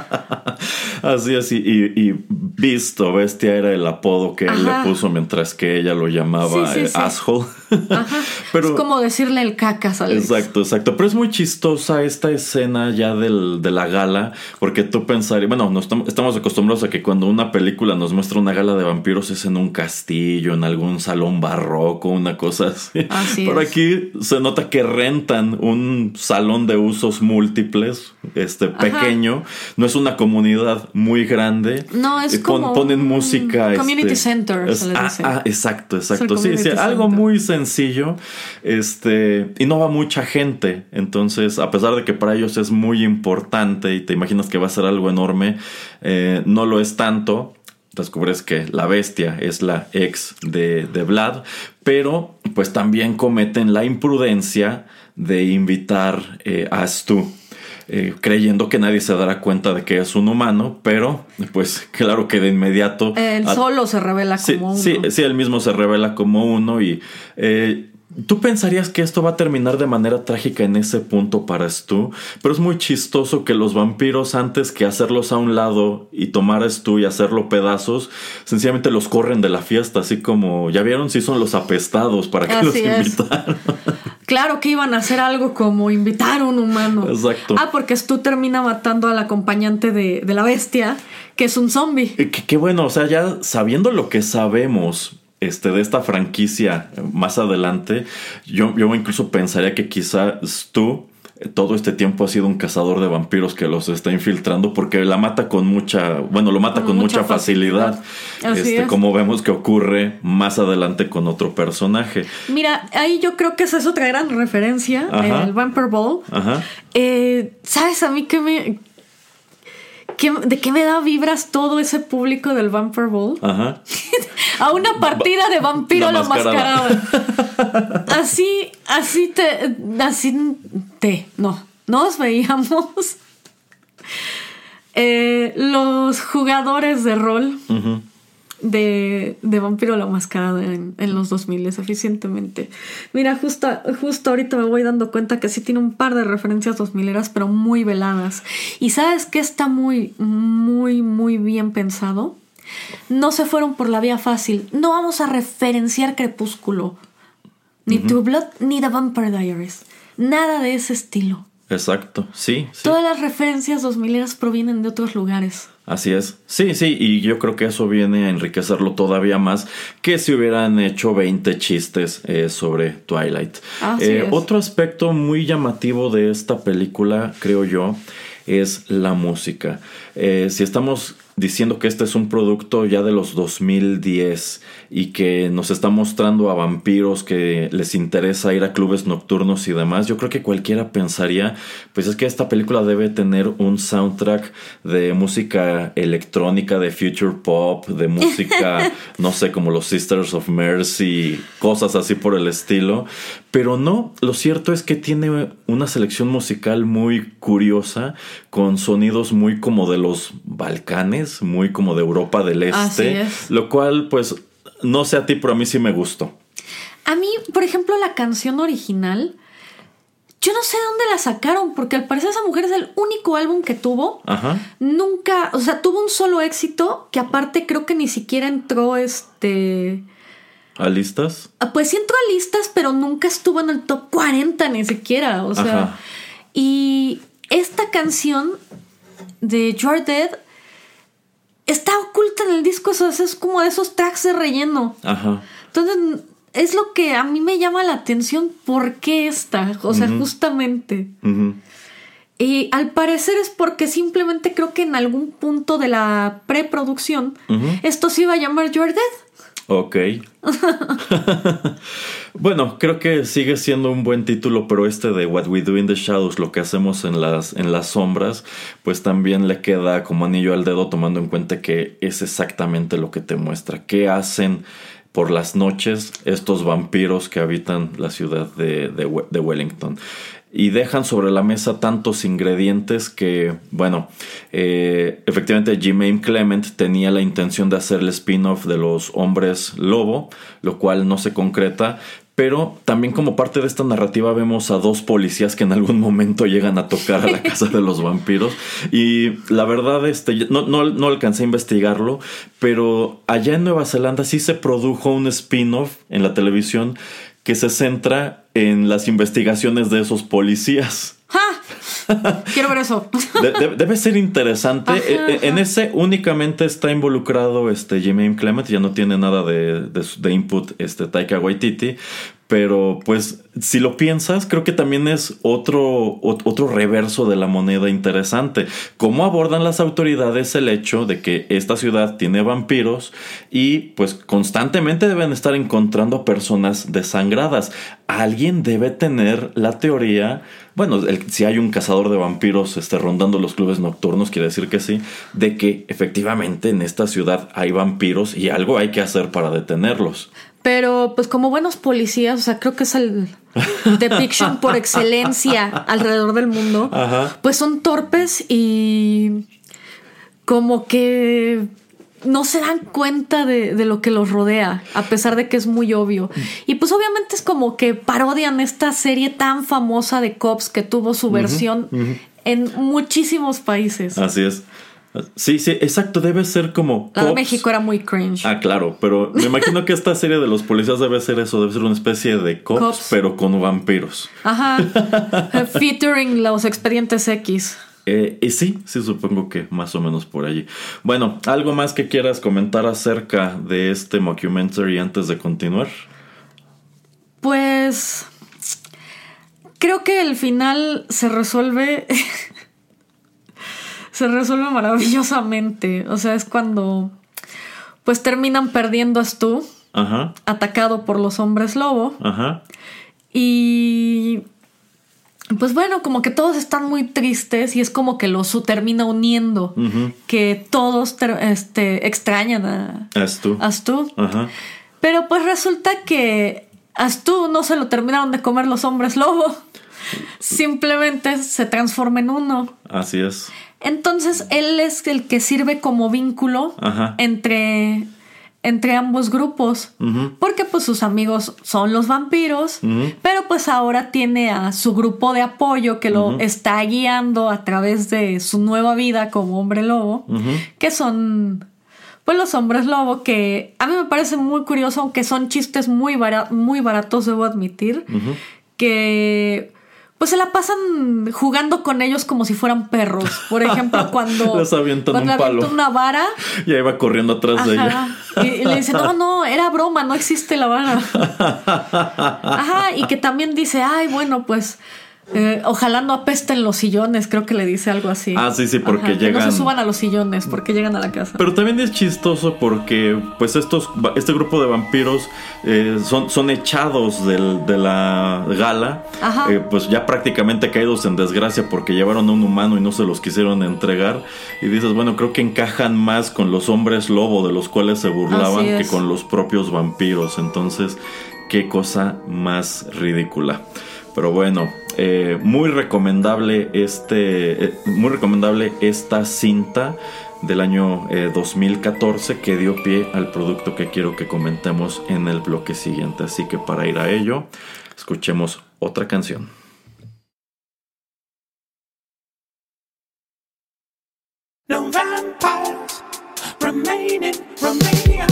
Así es, y Beast o Bestia era el apodo que él le puso, mientras que ella lo llamaba asshole. Pero, es como decirle el cacas, Alex. Exacto. Pero es muy chistosa esta escena ya de la gala, porque tú pensarías, bueno, estamos acostumbrados a que cuando una película nos muestra una gala de vampiros es en un castillo, en algún salón barroco, una cosa así. Por aquí se nota que rentan un salón de usos múltiples, pequeño. No es una comunidad muy grande. No, es como ponen música. Community center, se le dice. Exacto. Sí, algo muy sencillo. Y no va mucha gente. Entonces, a pesar de que para ellos es muy importante y te imaginas que va a ser algo enorme, no lo es tanto. Descubres que la bestia es la ex de Vlad, pero pues también cometen la imprudencia de invitar a Stu, creyendo que nadie se dará cuenta de que es un humano, pero pues claro que de inmediato él solo se revela como uno. Sí, él mismo se revela como uno, y tú pensarías que esto va a terminar de manera trágica en ese punto para Stu, pero es muy chistoso que los vampiros, antes que hacerlos a un lado y tomar a Stu y hacerlo pedazos, sencillamente los corren de la fiesta, así como, ya vieron, si son los apestados, ¿para qué los invitaron? Claro que iban a hacer algo como invitar a un humano. Exacto. Porque Stu termina matando al acompañante de la bestia, que es un zombie. Qué bueno, o sea, ya sabiendo lo que sabemos de esta franquicia más adelante, yo incluso pensaría que quizá Stu todo este tiempo ha sido un cazador de vampiros que los está infiltrando, porque lo mata con mucha facilidad. Como vemos que ocurre más adelante con otro personaje. Mira, ahí yo creo que esa es otra gran referencia, el Vampire Ball. ¿Sabes a mí qué ¿De qué me da vibras todo ese público del Vampire Ball? Ajá. A una partida de Vampiro la Mascarada. Así nos veíamos los jugadores de rol de Vampiro la Mascarada en los 2000 eficientemente. Mira, justo ahorita me voy dando cuenta que sí tiene un par de referencias 2000eras, pero muy veladas. Y ¿sabes qué está muy, muy, muy bien pensado? No se fueron por la vía fácil. No vamos a referenciar Crepúsculo, ni True Blood, ni The Vampire Diaries. Nada de ese estilo. Exacto, sí. Todas las referencias 2000eras provienen de otros lugares. Así es. Sí, y yo creo que eso viene a enriquecerlo todavía más que si hubieran hecho 20 chistes sobre Twilight. Otro aspecto muy llamativo de esta película, creo yo, es la música. Si estamos diciendo que este es un producto ya de los 2010 y que nos está mostrando a vampiros que les interesa ir a clubes nocturnos y demás, yo creo que cualquiera pensaría, pues es que esta película debe tener un soundtrack de música electrónica, de future pop, de música, no sé, como los Sisters of Mercy, cosas así por el estilo. Pero no, lo cierto es que tiene una selección musical muy curiosa, con sonidos muy como de los Balcanes, muy como de Europa del Este. Así es. Lo cual, pues, no sé a ti, pero a mí sí me gustó. A mí, por ejemplo, la canción original, yo no sé de dónde la sacaron, porque al parecer esa mujer es el único álbum que tuvo. Ajá. Nunca, o sea, tuvo un solo éxito, que aparte creo que ni siquiera entró ¿A listas? Pues sí entró a listas, pero nunca estuvo en el top 40 ni siquiera. O sea, ajá. Y esta canción de You're Dead está oculta en el disco. O sea, es como de esos tracks de relleno. Ajá. Entonces, es lo que a mí me llama la atención. ¿Por qué esta? O sea, justamente. Y al parecer es porque simplemente creo que en algún punto de la preproducción esto se iba a llamar You're Dead. Ok. Bueno, creo que sigue siendo un buen título, pero este de What We Do in the Shadows, lo que hacemos en las sombras, pues también le queda como anillo al dedo, tomando en cuenta que es exactamente lo que te muestra. ¿Qué hacen por las noches estos vampiros que habitan la ciudad de Wellington? Y dejan sobre la mesa tantos ingredientes que, bueno, efectivamente Jemaine Clement tenía la intención de hacer el spin-off de los Hombres Lobo, lo cual no se concreta. Pero también como parte de esta narrativa vemos a dos policías que en algún momento llegan a tocar a la casa de los vampiros. Y la verdad, no alcancé a investigarlo, pero allá en Nueva Zelanda sí se produjo un spin-off en la televisión que se centra en las investigaciones de esos policías. ¡Ja! Quiero ver eso. Debe ser interesante. Ajá. En ese únicamente está involucrado Jemaine Clement. Ya no tiene nada de input Taika Waititi. Pero pues si lo piensas, creo que también es otro reverso de la moneda interesante. ¿Cómo abordan las autoridades el hecho de que esta ciudad tiene vampiros y pues constantemente deben estar encontrando a personas desangradas? Alguien debe tener la teoría, bueno, si hay un cazador de vampiros rondando los clubes nocturnos, quiere decir que sí, de que efectivamente en esta ciudad hay vampiros y algo hay que hacer para detenerlos. Pero pues como buenos policías, o sea, creo que es el depiction por excelencia alrededor del mundo. Ajá. Pues son torpes y como que no se dan cuenta de lo que los rodea, a pesar de que es muy obvio. Y pues obviamente es como que parodian esta serie tan famosa de Cops que tuvo su versión en muchísimos países. Así es. Sí, exacto, debe ser como la de México era muy cringe. Ah, claro, pero me imagino que esta serie de los policías debe ser eso, debe ser una especie de Cops. Pero con vampiros. Ajá. Featuring los Expedientes X. Y sí, supongo que más o menos por allí. Bueno, ¿algo más que quieras comentar acerca de este mockumentary antes de continuar? Pues creo que el final se resuelve maravillosamente. O sea, es cuando pues terminan perdiendo a Stu. Ajá. Atacado por los hombres lobo. Ajá. Y pues bueno, como que todos están muy tristes y es como que los termina uniendo, que todos extrañan a Stu. Pero pues resulta que a Stu no se lo terminaron de comer los hombres lobo. Simplemente se transforma en uno. Así es. Entonces él es el que sirve como vínculo entre ambos grupos. Porque pues sus amigos son los vampiros. Pero pues ahora tiene a su grupo de apoyo que lo está guiando a través de su nueva vida como hombre lobo. Que son pues los hombres lobo, que a mí me parece muy curioso, aunque son chistes muy baratos, debo admitir. Que pues se la pasan jugando con ellos como si fueran perros. Por ejemplo, cuando les avientan un palo, una vara, y ahí va corriendo atrás de ella. Y le dice, no, era broma, no existe la vara. Y que también dice, ay, bueno, pues ojalá no apesten los sillones, creo que le dice algo así. Sí, porque llegan... Que no se suban a los sillones, porque llegan a la casa. Pero también es chistoso porque pues este grupo de vampiros son echados de la gala, pues ya prácticamente caídos en desgracia porque llevaron a un humano y no se los quisieron entregar. Y dices, bueno, creo que encajan más con los hombres lobo de los cuales se burlaban que con los propios vampiros. Entonces, qué cosa más ridícula. Pero bueno, muy recomendable esta cinta del año 2014 que dio pie al producto que quiero que comentemos en el bloque siguiente. Así que para ir a ello, escuchemos otra canción. No vampires remain in Romania.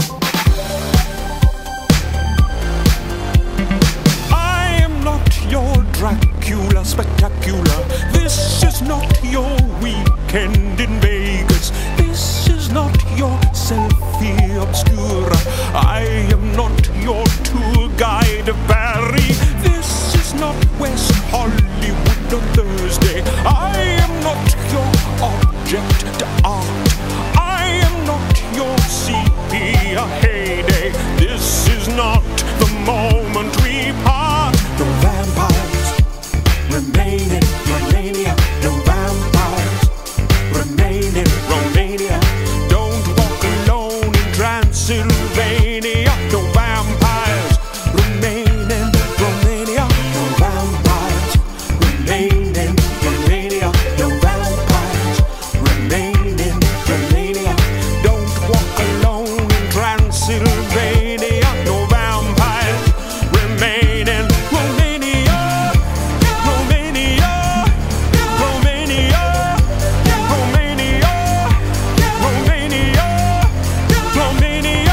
Your Dracula spectacular. This is not your weekend in Vegas. This is not your selfie obscura. I am not your tour guide Barry. This is not West Hollywood on Thursday. I am not your object to art. I am not your sepia heyday. This is not the moment we part. No vampires remain in Romania. No vampires remain in Romania. Don't walk alone in Transylvania. No vampires remain in Romania. No vampires remain in Romania. No vampires remain in Romania. Don't walk alone in Transylvania. No vampires remain in Romania. Romania. Romania. Romania. Romania. Romania.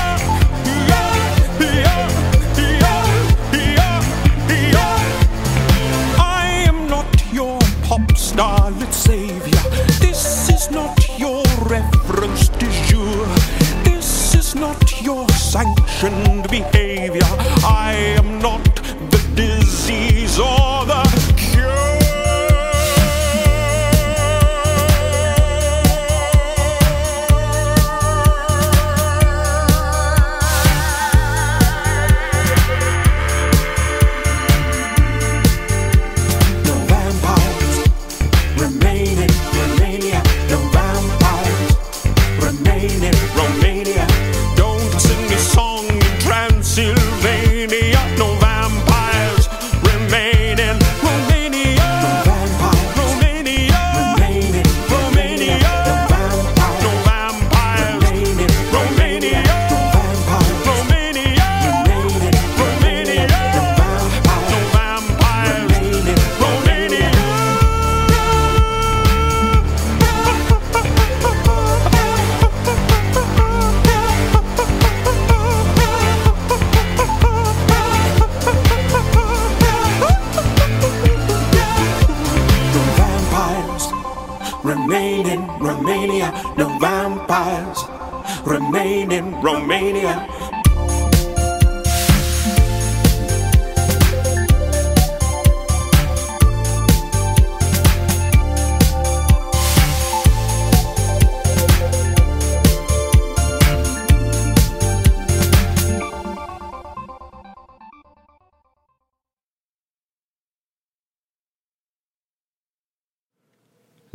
I am not your pop star, let's savior. This is not your reference du jour. This is not your sanctioned behavior. I am not the disease or the cure. No vampires remain in Romania. No vampires remain in Romania. Don't sing a song in Transylvania. No vampires remain in Romania. No vampires Romania remain in Romania. No vampires remain in Romania. No vampires Romania remain in Romania. No vampires remain in Romania. No vampires remain in Romania. No vampires remain in Romania.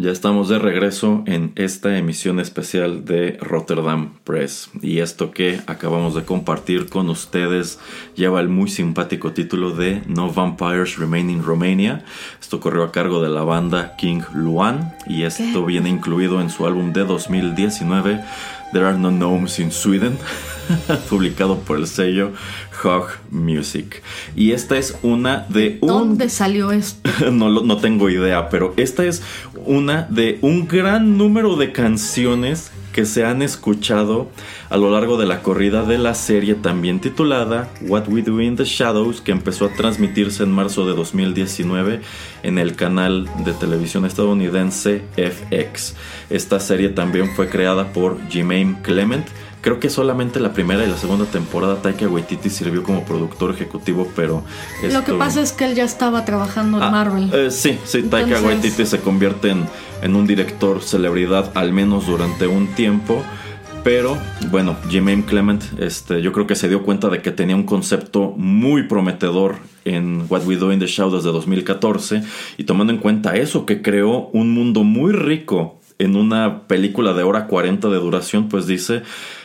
Ya estamos de regreso en esta emisión especial de Rotterdam Press. Y esto que acabamos de compartir con ustedes lleva el muy simpático título de No Vampires Remain in Romania. Esto corrió a cargo de la banda King Luan y esto viene incluido en su álbum de 2019, There Are No Gnomes in Sweden, publicado por el sello Hog Music. Y esta es una de ¿Dónde salió esto? No tengo idea, pero esta es una de un gran número de canciones que se han escuchado a lo largo de la corrida de la serie también titulada What We Do in the Shadows, que empezó a transmitirse en marzo de 2019 en el canal de televisión estadounidense FX. Esta serie también fue creada por Jermaine Clement. Creo que solamente la primera y la segunda temporada Taika Waititi sirvió como productor ejecutivo, pero lo que pasa es que él ya estaba trabajando en Marvel. Sí, Taika Waititi se convierte en un director celebridad, al menos durante un tiempo. Pero bueno, Jermaine Clement yo creo que se dio cuenta de que tenía un concepto muy prometedor en What We Do in the Shadows de 2014, y tomando en cuenta eso, que creó un mundo muy rico en una película de hora 40 de duración, pues dice: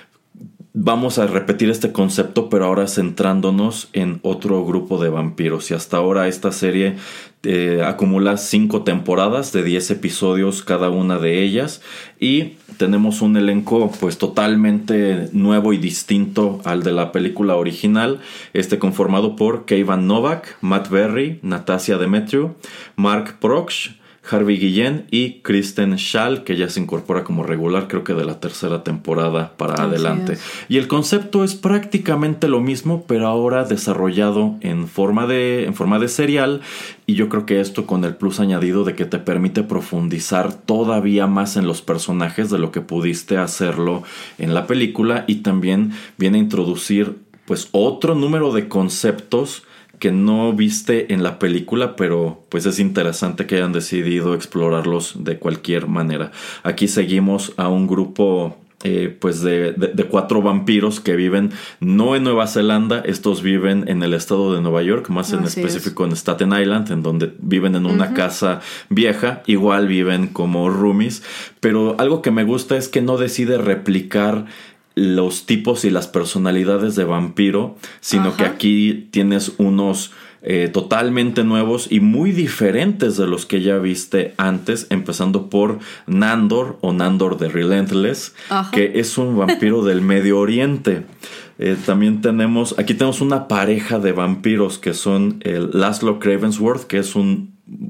vamos a repetir este concepto, pero ahora centrándonos en otro grupo de vampiros. Y hasta ahora esta serie acumula 5 temporadas de 10 episodios cada una de ellas. Y tenemos un elenco pues totalmente nuevo y distinto al de la película original. Conformado por Keivan Novak, Matt Berry, Natasia Demetriou, Mark Proksch, Harvey Guillén y Kristen Schaal, que ya se incorpora como regular, creo que de la tercera temporada para adelante. Y el concepto es prácticamente lo mismo, pero ahora desarrollado en forma de serial. Y yo creo que esto con el plus añadido de que te permite profundizar todavía más en los personajes de lo que pudiste hacerlo en la película. Y también viene a introducir pues otro número de conceptos que no viste en la película, pero pues es interesante que hayan decidido explorarlos de cualquier manera. Aquí seguimos a un grupo pues de 4 vampiros que viven no en Nueva Zelanda. Estos viven en el estado de Nueva York, más en específico en Staten Island, en donde viven en una casa vieja. Igual viven como roomies, pero algo que me gusta es que no decide replicar los tipos y las personalidades de vampiro, sino que aquí tienes unos totalmente nuevos y muy diferentes de los que ya viste antes, empezando por Nandor o Nandor the Relentless, que es un vampiro del Medio Oriente. También tenemos una pareja de vampiros que son el Laszlo Cravensworth, que es un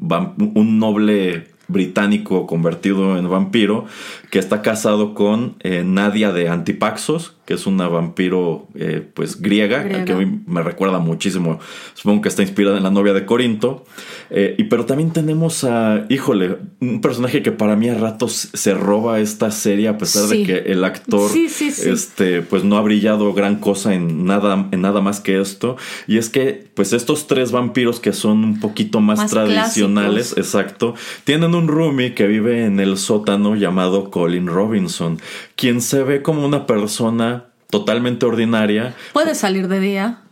noble británico convertido en vampiro, que está casado con Nadia de Antipaxos, que es una vampiro pues griega, que a mí me recuerda muchísimo. Supongo que está inspirada en la novia de Corinto. Pero también tenemos un personaje que para mí a ratos se roba esta serie, a pesar de que el actor pues no ha brillado gran cosa en nada más que esto. Y es que pues estos 3 vampiros que son un poquito más tradicionales, clásicos, tienen un roomie que vive en el sótano llamado Colin Robinson, quien se ve como una persona totalmente ordinaria. Puede salir de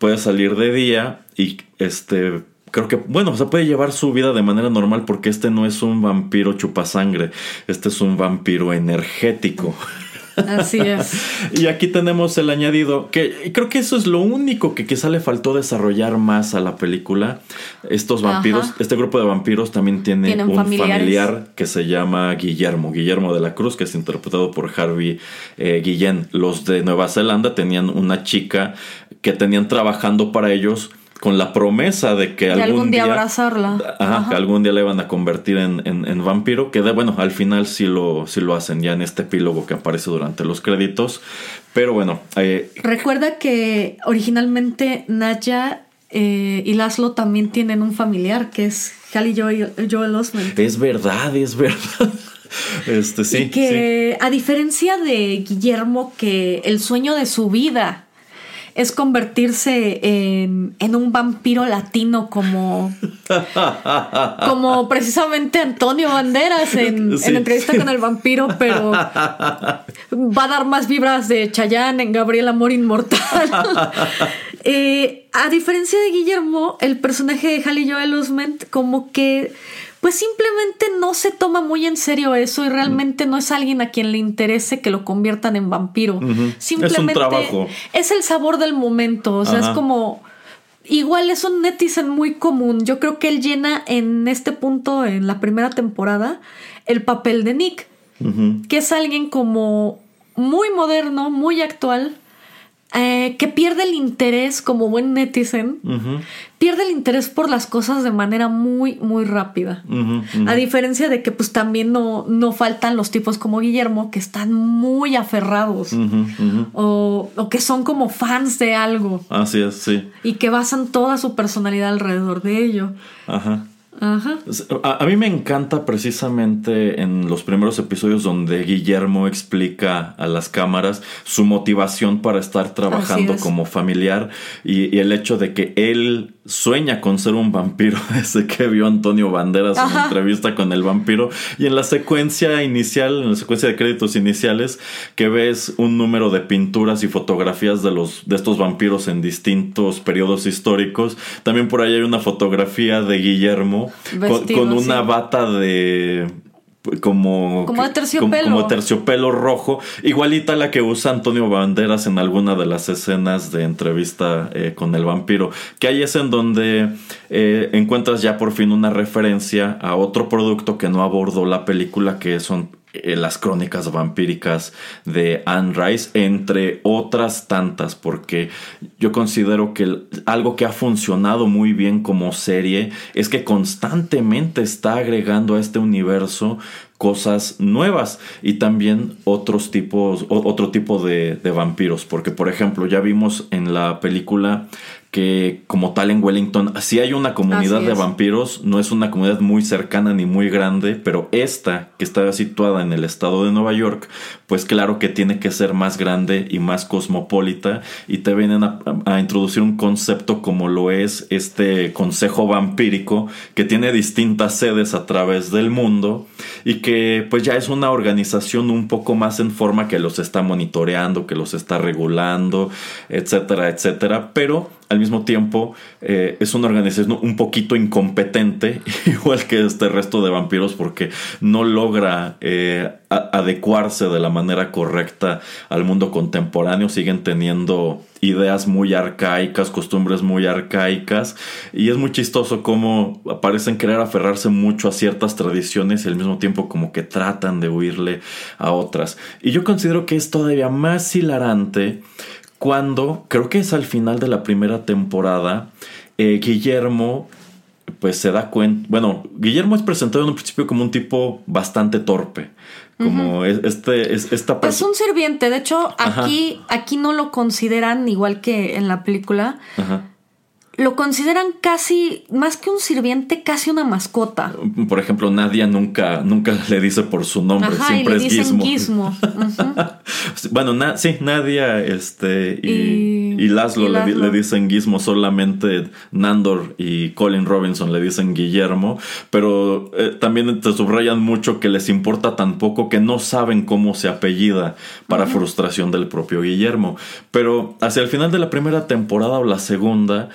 día y creo que, puede llevar su vida de manera normal, porque no es un vampiro chupasangre, es un vampiro energético. Así es. Y aquí tenemos el añadido, que creo que eso es lo único que quizá le faltó desarrollar más a la película. Estos vampiros, este grupo de vampiros también tienen un familiar que se llama Guillermo de la Cruz, que es interpretado por Harvey Guillén. Los de Nueva Zelanda tenían una chica que tenían trabajando para ellos, con la promesa de que algún día abrazarla. Que algún día la iban a convertir en vampiro. Que al final sí lo hacen ya en este epílogo que aparece durante los créditos. Pero bueno. Recuerda que originalmente Nadia y Laszlo también tienen un familiar, que es Haley Joel Osment. Es verdad. Y que a diferencia de Guillermo, que el sueño de su vida es convertirse en un vampiro latino como precisamente Antonio Banderas en Entrevista con el Vampiro, pero va a dar más vibras de Chayanne en Gabriel Amor Inmortal. a diferencia de Guillermo, el personaje de Haley Joel Osment como que pues simplemente no se toma muy en serio eso y realmente no es alguien a quien le interese que lo conviertan en vampiro. Simplemente es un trabajo. Es el sabor del momento, o sea, es como... Igual es un netizen muy común. Yo creo que él llena en este punto, en la primera temporada, el papel de Nick, que es alguien como muy moderno, muy actual, que pierde el interés como buen netizen, pierde el interés por las cosas de manera muy, muy rápida. A diferencia de que pues también no faltan los tipos como Guillermo que están muy aferrados o que son como fans de algo. Así es, sí. Y que basan toda su personalidad alrededor de ello. Ajá. A mí me encanta precisamente en los primeros episodios donde Guillermo explica a las cámaras su motivación para estar trabajando como familiar y el hecho de que él sueña con ser un vampiro desde que vio a Antonio Banderas en la entrevista con el vampiro, y en la secuencia inicial, en la secuencia de créditos iniciales, que ves un número de pinturas y fotografías de estos vampiros en distintos periodos históricos. También por ahí hay una fotografía de Guillermo vestido, con una bata de... Como de terciopelo. Como terciopelo rojo, igualita a la que usa Antonio Banderas en alguna de las escenas de entrevista con el vampiro, que ahí es en donde encuentras ya por fin una referencia a otro producto que no abordó la película, que son las crónicas vampíricas de Anne Rice, entre otras tantas, porque yo considero que algo que ha funcionado muy bien como serie es que constantemente está agregando a este universo cosas nuevas y también otro tipo de vampiros, porque por ejemplo ya vimos en la película que como tal en Wellington sí hay una comunidad de vampiros, no es una comunidad muy cercana ni muy grande, pero esta que está situada en el estado de Nueva York, pues claro que tiene que ser más grande y más cosmopolita, y te vienen a introducir un concepto como lo es este consejo vampírico, que tiene distintas sedes a través del mundo y que pues ya es una organización un poco más en forma, que los está monitoreando, que los está regulando, etcétera, etcétera, pero al mismo tiempo es una organización un poquito incompetente, igual que este resto de vampiros, porque no logra adecuarse de la manera correcta al mundo contemporáneo. Siguen teniendo ideas muy arcaicas, costumbres muy arcaicas, y es muy chistoso cómo parecen querer aferrarse mucho a ciertas tradiciones y al mismo tiempo como que tratan de huirle a otras. Y yo considero que es todavía más hilarante cuando, creo que es al final de la primera temporada, Guillermo pues se da cuenta... Bueno, Guillermo es presentado en un principio como un tipo bastante torpe. Como esta persona... Pues un sirviente. De hecho, aquí no lo consideran igual que en la película. Lo consideran casi, más que un sirviente, casi una mascota. Por ejemplo, Nadia nunca le dice por su nombre. Siempre y le es Gizmo. Bueno, Nadia y Laszlo le dicen Gizmo. Solamente Nandor y Colin Robinson le dicen Guillermo. Pero también te subrayan mucho que les importa tan poco que no saben cómo se apellida, para frustración del propio Guillermo. Pero hacia el final de la primera temporada o la segunda...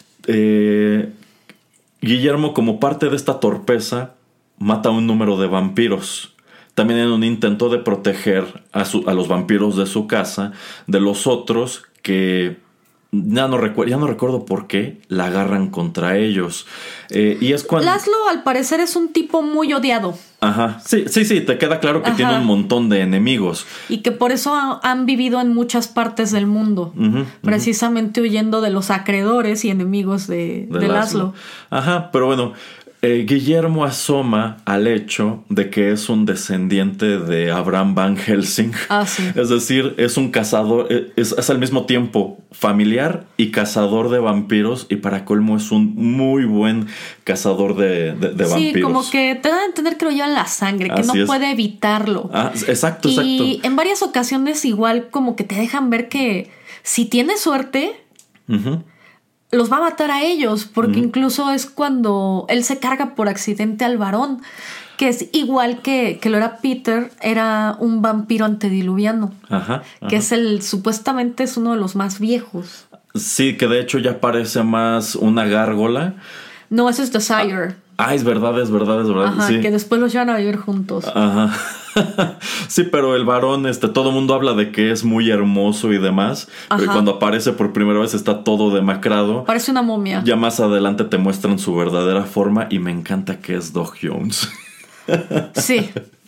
Guillermo, como parte de esta torpeza, mata a un número de vampiros. También en un intento de proteger a los vampiros de su casa de los otros que ya no recuerdo por qué la agarran contra ellos. Y es cuando... Laszlo, al parecer, es un tipo muy odiado. Sí, te queda claro que tiene un montón de enemigos. Y que por eso han vivido en muchas partes del mundo, precisamente huyendo de los acreedores y enemigos de Laszlo. Pero bueno, Guillermo asoma al hecho de que es un descendiente de Abraham Van Helsing. Es decir, es un cazador, es al mismo tiempo familiar y cazador de vampiros, y para colmo es un muy buen cazador de vampiros. Sí, como que te dan a entender que lo lleva en la sangre, que no puede evitarlo. Exacto. Y en varias ocasiones igual como que te dejan ver que si tienes suerte... los va a matar a ellos, porque incluso es cuando él se carga por accidente al varón, que es igual que lo era Peter, era un vampiro antediluviano, que es supuestamente es uno de los más viejos. Sí, que de hecho ya parece más una gárgola. No, ese es Desire. Es verdad. Ajá, sí. Que después los llevan a vivir juntos. Ajá. Sí, pero el varón, todo el mundo habla de que es muy hermoso y demás. Pero cuando aparece por primera vez está todo demacrado. Parece una momia. Ya más adelante te muestran su verdadera forma y me encanta que es Doug Jones. Sí,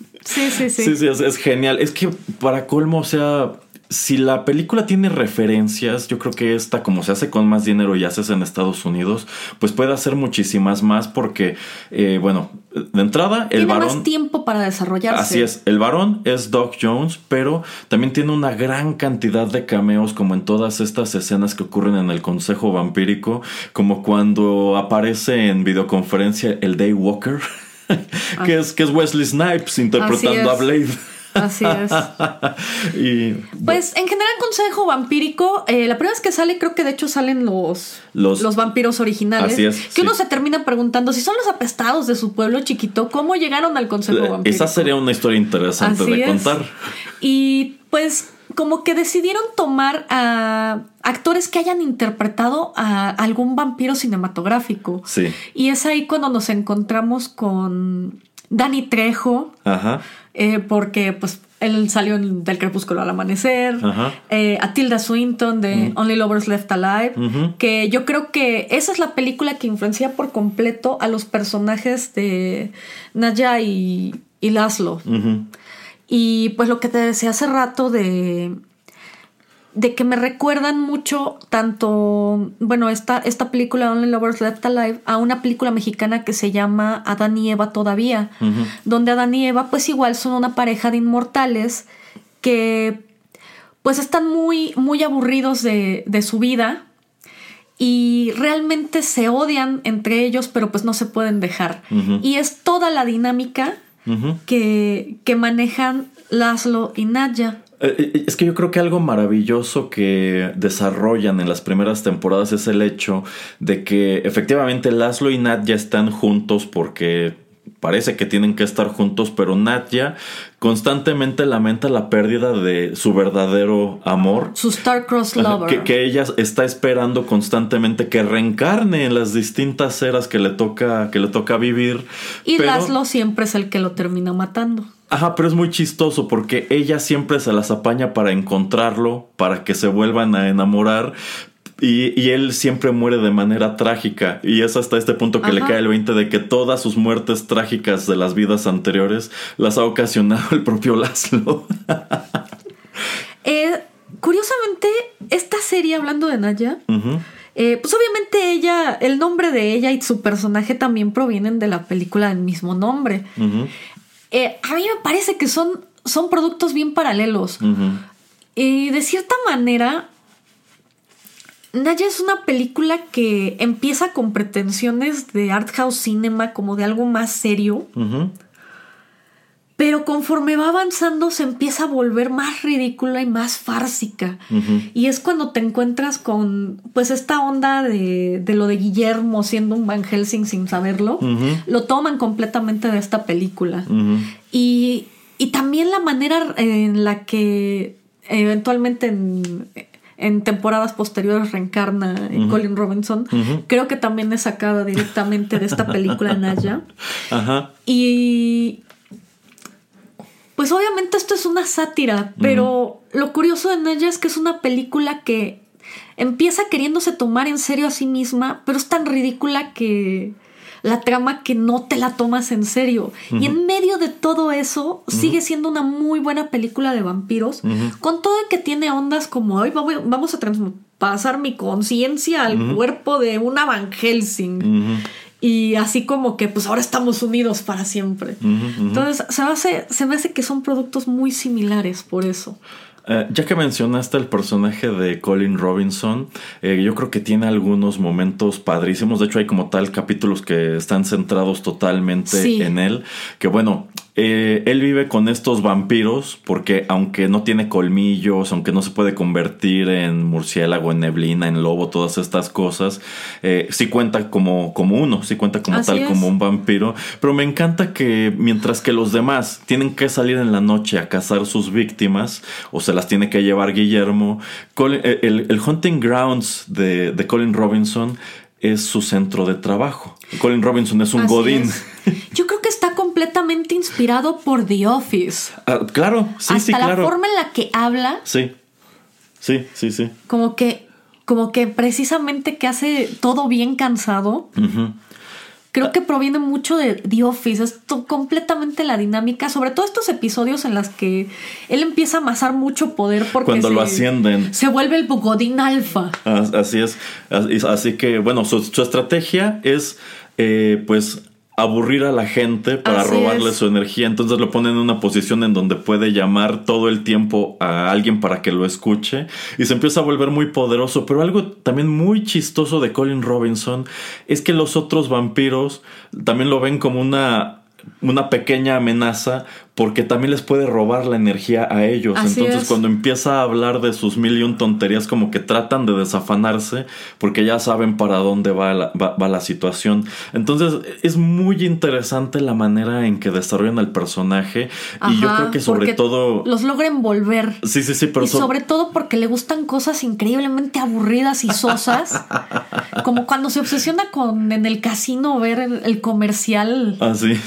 es genial. Es que para colmo, o sea, si la película tiene referencias, yo creo que esta, como se hace con más dinero y haces en Estados Unidos, pues puede hacer muchísimas más porque, bueno, de entrada, el varón... Tiene más tiempo para desarrollarse. Así es, el varón es Doug Jones, pero también tiene una gran cantidad de cameos, como en todas estas escenas que ocurren en el Consejo Vampírico, como cuando aparece en videoconferencia el Daywalker, que es Wesley Snipes interpretando a Blade. Así es. Pues en general Consejo Vampírico, la primera vez que sale, creo que de hecho salen los vampiros originales. Así es, que uno se termina preguntando si son los apestados de su pueblo chiquito, ¿cómo llegaron al Consejo Vampírico? Esa sería una historia interesante de contar. Y pues como que decidieron tomar a actores que hayan interpretado a algún vampiro cinematográfico. Sí. Y es ahí cuando nos encontramos con Danny Trejo. Porque pues él salió del Crepúsculo al Amanecer. A Tilda Swinton de Only Lovers Left Alive, que yo creo que esa es la película que influencia por completo a los personajes de Nadja y Laszlo. Y pues lo que te decía hace rato de que me recuerdan mucho tanto, bueno, esta película Only Lovers Left Alive a una película mexicana que se llama Adán y Eva todavía, donde Adán y Eva pues igual son una pareja de inmortales que pues están muy, muy aburridos de su vida y realmente se odian entre ellos, pero pues no se pueden dejar. Y es toda la dinámica que manejan Laszlo y Nadja. Es que yo creo que algo maravilloso que desarrollan en las primeras temporadas es el hecho de que efectivamente Laszlo y Nadja están juntos porque parece que tienen que estar juntos, pero Nadja constantemente lamenta la pérdida de su verdadero amor. Su star-crossed lover. Que ella está esperando constantemente que reencarne en las distintas eras que le toca vivir. Y Laszlo siempre es el que lo termina matando. Pero es muy chistoso porque ella siempre se las apaña para encontrarlo, para que se vuelvan a enamorar. Y él siempre muere de manera trágica. Y es hasta este punto que le cae el 20 de que todas sus muertes trágicas de las vidas anteriores las ha ocasionado el propio Laszlo. Curiosamente, esta serie, hablando de Nadja, pues obviamente ella, el nombre de ella y su personaje también provienen de la película del mismo nombre. A mí me parece que son productos bien paralelos. Y de cierta manera, Nadja es una película que empieza con pretensiones de art house cinema, como de algo más serio. Pero conforme va avanzando se empieza a volver más ridícula y más fársica. Y es cuando te encuentras con pues esta onda de lo de Guillermo siendo un Van Helsing sin saberlo. Lo toman completamente de esta película. Y también la manera en la que eventualmente en temporadas posteriores reencarna Colin Robinson, creo que también es sacada directamente de esta película Nadja. Y pues obviamente esto es una sátira, pero lo curioso de Nadja es que es una película que empieza queriéndose tomar en serio a sí misma, pero es tan ridícula que la trama que no te la tomas en serio. Y en medio de todo eso sigue siendo una muy buena película de vampiros, con todo el que tiene ondas como hoy vamos a traspasar mi conciencia al cuerpo de una Van Helsing. Y así como que pues ahora estamos unidos para siempre. Entonces se me hace que son productos muy similares por eso. Ya que mencionaste el personaje de Colin Robinson, yo creo que tiene algunos momentos padrísimos. De hecho hay como tal capítulos que están centrados totalmente en él. Que bueno, él vive con estos vampiros porque aunque no tiene colmillos, aunque no se puede convertir en murciélago, en neblina, en lobo, todas estas cosas, sí cuenta como uno, sí cuenta como Así tal, es. como un vampiro. Pero me encanta que mientras que los demás tienen que salir en la noche a cazar sus víctimas o se las tiene que llevar Guillermo, el Hunting Grounds de Colin Robinson es su centro de trabajo. Colin Robinson es un Así godín. es. Yo creo que está completamente inspirado por The Office. Claro, sí, Hasta sí, claro. la forma en la que habla. Sí. Como que precisamente que hace todo bien cansado. Uh-huh. Creo que proviene mucho de The Office. Es completamente la dinámica, sobre todo estos episodios en las que él empieza a amasar mucho poder porque cuando lo ascienden. Se vuelve el Godín alfa. Así es. Así que, bueno, su estrategia es, pues, aburrir a la gente para Así robarle es. su energía. Entonces lo pone en una posición en donde puede llamar todo el tiempo a alguien para que lo escuche y se empieza a volver muy poderoso. Pero algo también muy chistoso de Colin Robinson es que los otros vampiros también lo ven como una pequeña amenaza porque también les puede robar la energía a ellos. Así Entonces es. cuando empieza a hablar de sus 1001 tonterías, como que tratan de desafanarse porque ya saben para dónde va la situación. Entonces es muy interesante la manera en que desarrollan al personaje. Ajá, y yo creo que sobre todo los logra envolver. Sí, pero y sobre todo porque le gustan cosas increíblemente aburridas y sosas. Como cuando se obsesiona con en el casino ver el comercial sí.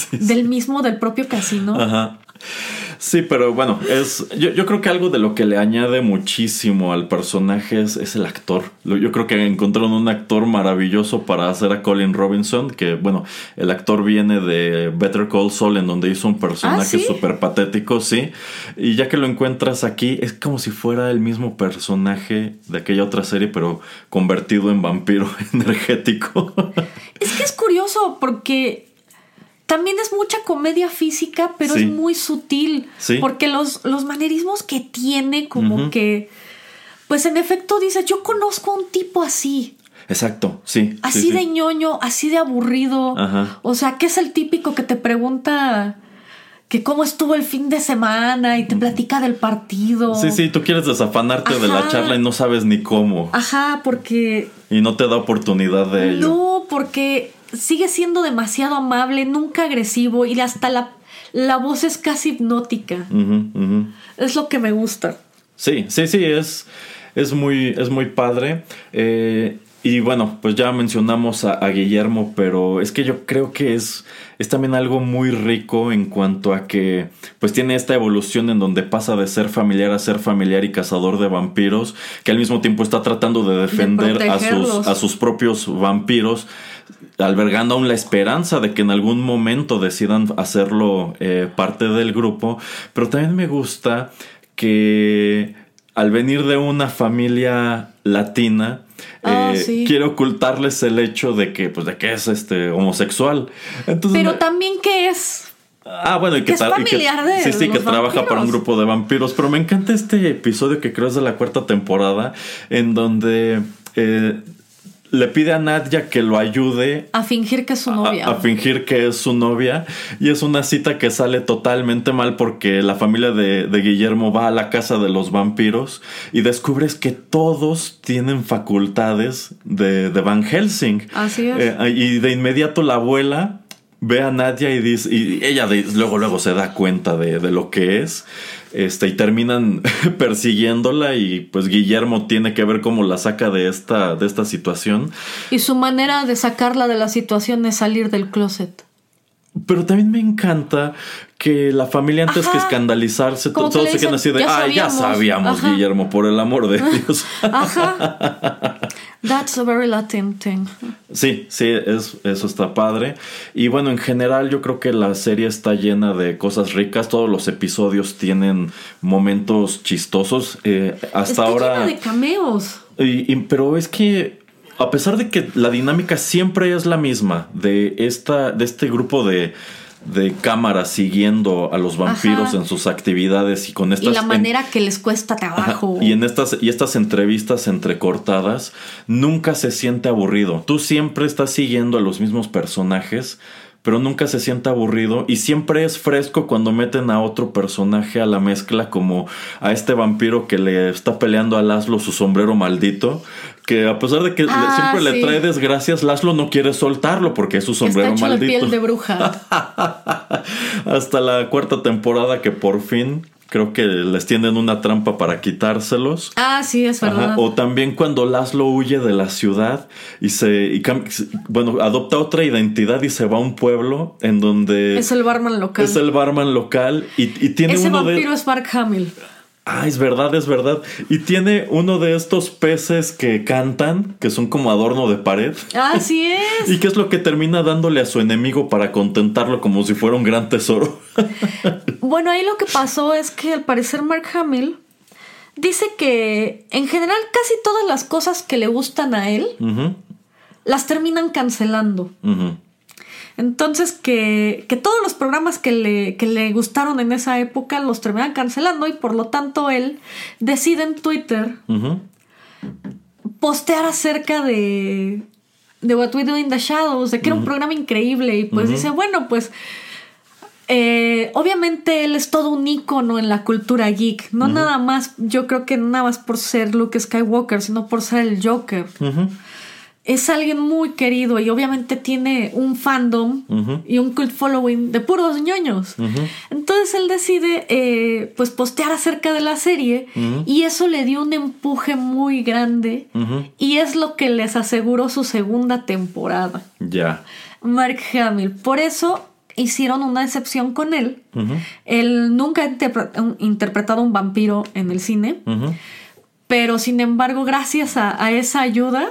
del propio casino. Ajá. Sí, pero bueno, yo creo que algo de lo que le añade muchísimo al personaje es el actor. Yo creo que encontraron un actor maravilloso para hacer a Colin Robinson, que bueno, el actor viene de Better Call Saul, en donde hizo un personaje súper patético, sí. Y ya que lo encuentras aquí, es como si fuera el mismo personaje de aquella otra serie, pero convertido en vampiro energético. Es que es curioso porque también es mucha comedia física, pero es muy sutil. Sí. Porque los manerismos que tiene, como que, pues en efecto dice, yo conozco a un tipo así. Exacto, sí. Así de ñoño, así de aburrido. Ajá. O sea, que es el típico que te pregunta que cómo estuvo el fin de semana y te platica del partido. Sí, tú quieres desafanarte de la charla y no sabes ni cómo. Ajá, porque... Y no te da oportunidad de ello. No, porque sigue siendo demasiado amable, nunca agresivo y hasta la voz es casi hipnótica. Es lo que me gusta. Sí, es muy padre. Y bueno, pues ya mencionamos a Guillermo, pero es que yo creo que es también algo muy rico en cuanto a que pues tiene esta evolución en donde pasa de ser familiar a ser familiar y cazador de vampiros, que al mismo tiempo está tratando de defender a sus propios vampiros, albergando aún la esperanza de que en algún momento decidan hacerlo parte del grupo. Pero también me gusta que al venir de una familia latina, quiere ocultarles el hecho de que es homosexual. Entonces, pero también que es... bueno, y que es familiar de sí, que los trabaja vampiros. para un grupo de vampiros. Pero me encanta este episodio que creo es de la 4ª temporada, en donde le pide a Nadia que lo ayude a fingir que es su novia. A fingir que es su novia. Y es una cita que sale totalmente mal porque la familia de Guillermo va a la casa de los vampiros y descubres que todos tienen facultades de Van Helsing. Así es. Y de inmediato la abuela ve a Nadia y dice, y ella luego se da cuenta de lo que es. Y terminan persiguiéndola y pues Guillermo tiene que ver cómo la saca de esta situación. Y su manera de sacarla de la situación es salir del closet. Pero también me encanta que la familia, antes que escandalizarse, todos se quedan así de ya sabíamos, Guillermo, por el amor de Dios. Ajá. That's a very Latin thing. Sí, eso está padre. Y bueno, en general yo creo que la serie está llena de cosas ricas. Todos los episodios tienen momentos chistosos. Hasta ahora llena de cameos. Pero es que a pesar de que la dinámica siempre es la misma de este grupo de cámaras siguiendo a los vampiros en sus actividades y con estas... Y la manera que les cuesta trabajo. Y en estas entrevistas entrecortadas nunca se siente aburrido. Tú siempre estás siguiendo a los mismos personajes, pero nunca se siente aburrido y siempre es fresco cuando meten a otro personaje a la mezcla, como a este vampiro que le está peleando a Laszlo su sombrero maldito, que a pesar de que siempre le trae desgracias, Laszlo no quiere soltarlo porque es su sombrero está hecho maldito. De piel de bruja. Hasta la 4ª temporada que por fin creo que les tienden una trampa para quitárselos. Sí, es verdad. Ajá. O también cuando Laszlo huye de la ciudad y adopta otra identidad y se va a un pueblo en donde... Es el barman local. Y tiene ese uno de... vampiro es Mark Hamill. Es verdad. Y tiene uno de estos peces que cantan, que son como adorno de pared. Así es. Y que es lo que termina dándole a su enemigo para contentarlo como si fuera un gran tesoro. Bueno, ahí lo que pasó es que al parecer Mark Hamill dice que en general casi todas las cosas que le gustan a él las terminan cancelando. Entonces que todos los programas que le gustaron en esa época los terminan cancelando y por lo tanto él decide en Twitter postear acerca de What We Do in the Shadows, de que era un programa increíble y pues dice, bueno, pues obviamente él es todo un ícono en la cultura geek, no nada más, yo creo que nada más por ser Luke Skywalker, sino por ser el Joker. Es alguien muy querido y obviamente tiene un fandom y un cult following de puros ñoños. Entonces él decide pues postear acerca de la serie y eso le dio un empuje muy grande y es lo que les aseguró su 2ª temporada. Mark Hamill. Por eso hicieron una excepción con él. Él nunca ha interpretado un vampiro en el cine, pero sin embargo gracias a esa ayuda...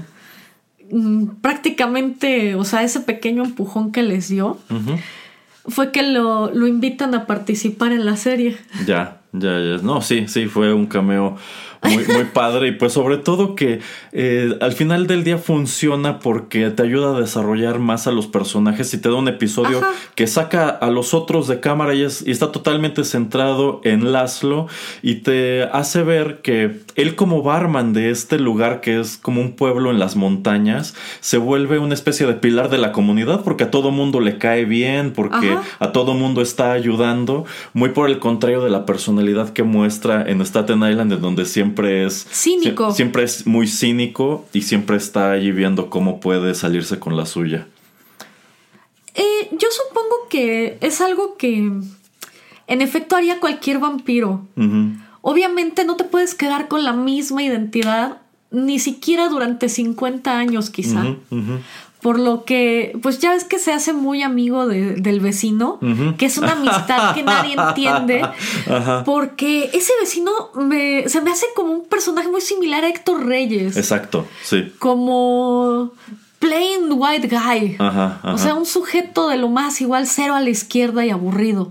prácticamente, o sea, ese pequeño empujón que les dio fue que lo invitan a participar en la serie. Ya. No, sí, fue un cameo muy padre y pues sobre todo que al final del día funciona porque te ayuda a desarrollar más a los personajes y te da un episodio que saca a los otros de cámara y está totalmente centrado en Laszlo y te hace ver que él como barman de este lugar que es como un pueblo en las montañas se vuelve una especie de pilar de la comunidad porque a todo mundo le cae bien, porque a todo mundo está ayudando, muy por el contrario de la personalidad que muestra en Staten Island, en donde siempre es cínico. Siempre es muy cínico y siempre está allí viendo cómo puede salirse con la suya. Yo supongo que es algo que en efecto haría cualquier vampiro. Obviamente no te puedes quedar con la misma identidad ni siquiera durante 50 años quizá. Por lo que, pues ya ves que se hace muy amigo del vecino, que es una amistad que nadie entiende, porque ese vecino se me hace como un personaje muy similar a Héctor Reyes. Exacto, sí. Como plain white guy. O sea, un sujeto de lo más igual, cero a la izquierda y aburrido.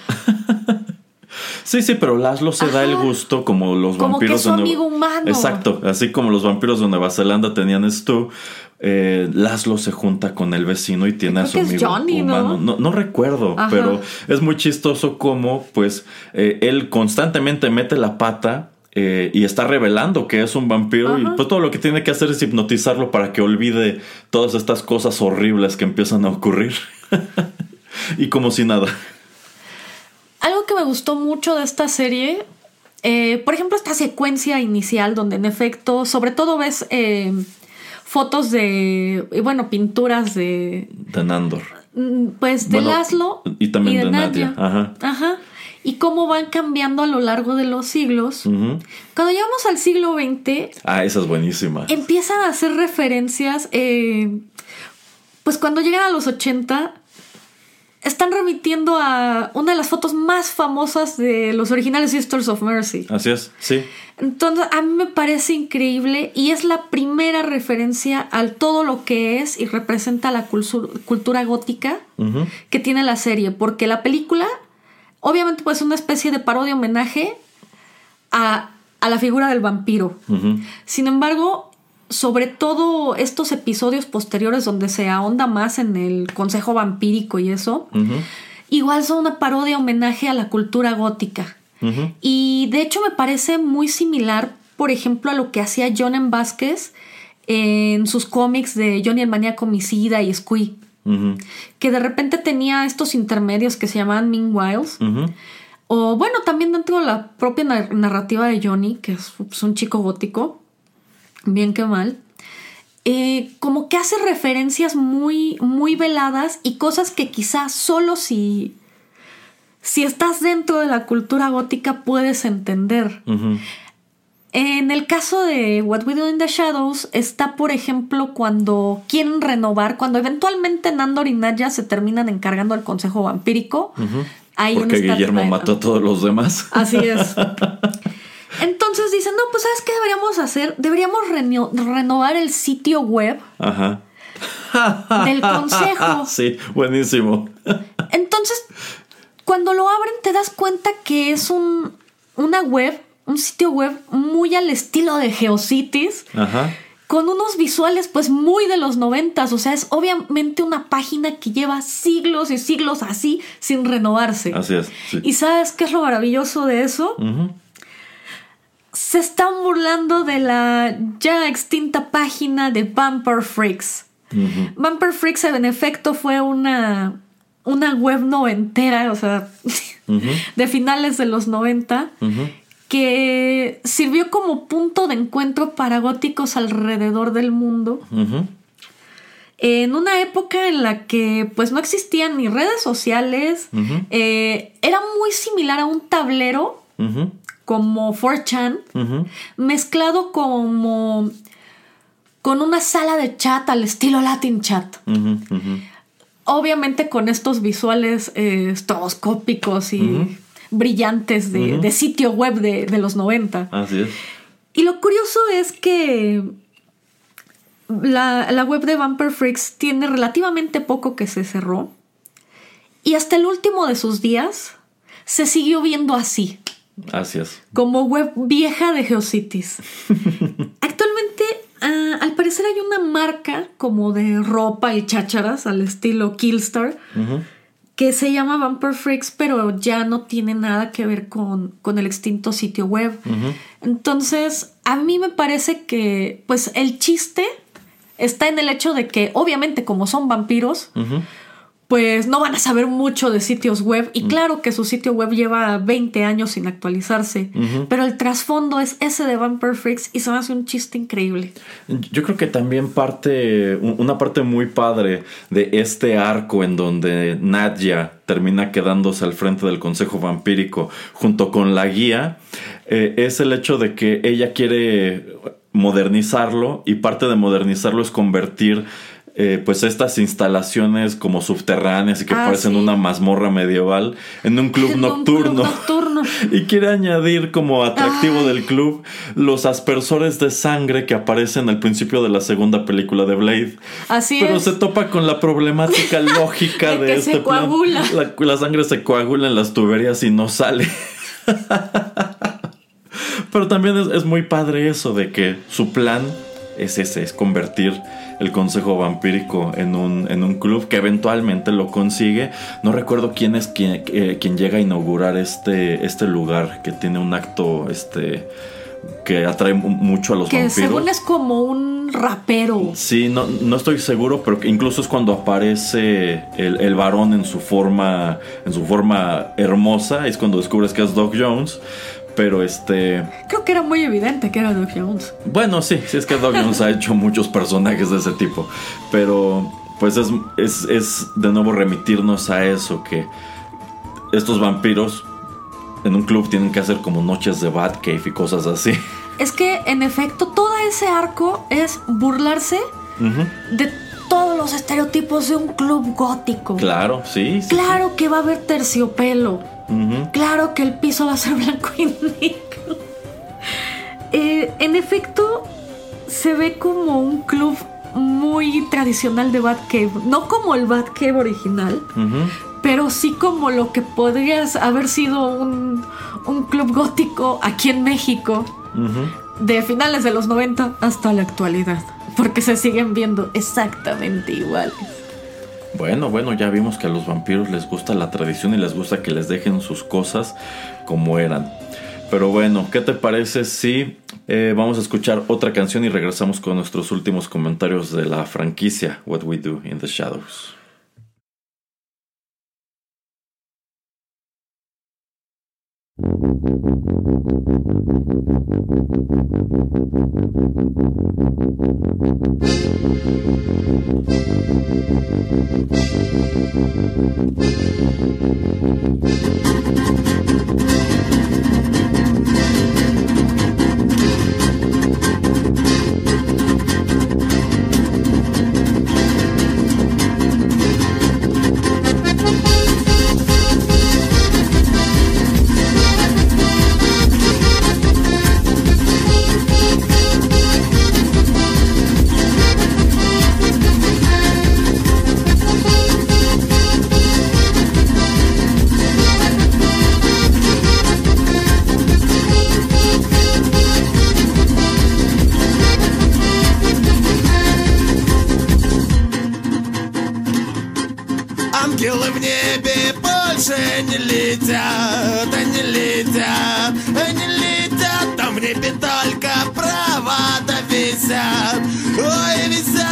Sí, pero Laszlo se da el gusto como los como vampiros que es su amigo humano. Exacto, así como los vampiros de Nueva Zelanda tenían esto. Laszlo se junta con el vecino y tiene a su amigo Johnny, humano. No recuerdo, pero es muy chistoso como pues él constantemente mete la pata y está revelando que es un vampiro y pues todo lo que tiene que hacer es hipnotizarlo para que olvide todas estas cosas horribles que empiezan a ocurrir. Y como si nada. Algo que me gustó mucho de esta serie, por ejemplo, esta secuencia inicial donde en efecto, sobre todo ves fotos pinturas de Nandor. Pues de Laszlo y también de Nadia. Y cómo van cambiando a lo largo de los siglos. Cuando llegamos al siglo XX... esa es buenísima. Empiezan a hacer referencias, pues cuando llegan a los 80... están remitiendo a una de las fotos más famosas de los originales Sisters of Mercy. Así es, sí. Entonces, a mí me parece increíble y es la primera referencia a todo lo que es y representa la cultura gótica que tiene la serie. Porque la película, obviamente, pues es una especie de parodia homenaje a la figura del vampiro. Sin embargo, sobre todo estos episodios posteriores donde se ahonda más en el consejo vampírico y eso, igual son una parodia homenaje a la cultura gótica. Y de hecho me parece muy similar, por ejemplo, a lo que hacía John M. Vázquez en sus cómics de Johnny el Maníaco Homicida y Squee. que de repente tenía estos intermedios que se llamaban meanwhiles. O bueno, también dentro de la propia narrativa de Johnny, que es un chico gótico, bien que mal, como que hace referencias muy, muy veladas y cosas que quizás solo si estás dentro de la cultura gótica puedes entender. En el caso de What We Do in the Shadows está, por ejemplo, cuando quieren renovar, cuando eventualmente Nandor y Nadja se terminan encargando del consejo vampírico. Ahí porque Guillermo mató a todos los demás. Así es. Entonces dicen, no, pues ¿sabes qué deberíamos hacer? Deberíamos renovar el sitio web del consejo. Sí, buenísimo. Entonces, cuando lo abren te das cuenta que es una web, un sitio web muy al estilo de GeoCities, con unos visuales pues muy de los 90s. O sea, es obviamente una página que lleva siglos y siglos así sin renovarse. Así es, sí. ¿Y sabes qué es lo maravilloso de eso? Se están burlando de la ya extinta página de Vampire Freaks. Vampire Freaks en efecto fue una web noventera, o sea, de finales de los 90, que sirvió como punto de encuentro para góticos alrededor del mundo. En una época en la que pues no existían ni redes sociales, era muy similar a un tablero como 4chan, mezclado como con una sala de chat al estilo Latin Chat. Obviamente con estos visuales estroboscópicos y brillantes de sitio web de los 90. Así es. Y lo curioso es que la web de Vampire Freaks tiene relativamente poco que se cerró. Y hasta el último de sus días se siguió viendo así. Así es. Como web vieja de GeoCities. Actualmente, al parecer hay una marca como de ropa y chácharas al estilo Killstar, que se llama Vampire Freaks, pero ya no tiene nada que ver con el extinto sitio web. Entonces, a mí me parece que pues el chiste está en el hecho de que obviamente como son vampiros, pues no van a saber mucho de sitios web. Y claro que su sitio web lleva 20 años sin actualizarse. Pero el trasfondo es ese de Vampire Freaks y se me hace un chiste increíble. Yo creo que también una parte muy padre de este arco en donde Nadja termina quedándose al frente del consejo vampírico junto con la guía, es el hecho de que ella quiere modernizarlo, y parte de modernizarlo es convertir pues estas instalaciones como subterráneas y que parecen una mazmorra medieval en un club nocturno. Y quiere añadir como atractivo del club los aspersores de sangre que aparecen al principio de la segunda película de Blade. Pero se topa con la problemática lógica de este plan. La sangre se coagula en las tuberías y no sale. Pero también es muy padre eso de que su plan es ese, es convertir el consejo vampírico en un club, que eventualmente lo consigue. No recuerdo quién es quien llega a inaugurar este lugar, que tiene un acto que atrae mucho a los vampiros. Que según es como un rapero. Sí, no estoy seguro, pero que incluso es cuando aparece el varón en su forma hermosa, es cuando descubres que es Doug Jones. Pero creo que era muy evidente que era Doug Jones. Bueno, sí, es que Doug Jones ha hecho muchos personajes de ese tipo. Pero pues es de nuevo remitirnos a eso, que estos vampiros en un club tienen que hacer como noches de Batcave y cosas así. Es que en efecto todo ese arco es burlarse de todos los estereotipos de un club gótico. Claro, sí. Claro que va a haber terciopelo. Claro que el piso va a ser blanco y negro. En efecto, se ve como un club muy tradicional de Batcave. No como el Batcave original, pero sí como lo que podría haber sido un club gótico aquí en México, de finales de los 90 hasta la actualidad, porque se siguen viendo exactamente iguales. Bueno, ya vimos que a los vampiros les gusta la tradición y les gusta que les dejen sus cosas como eran. Pero bueno, ¿qué te parece si vamos a escuchar otra canción y regresamos con nuestros últimos comentarios de la franquicia What We Do in the Shadows? Ангелы в небе больше не летят, не летят, не летят. Там в небе только провода висят. Ой,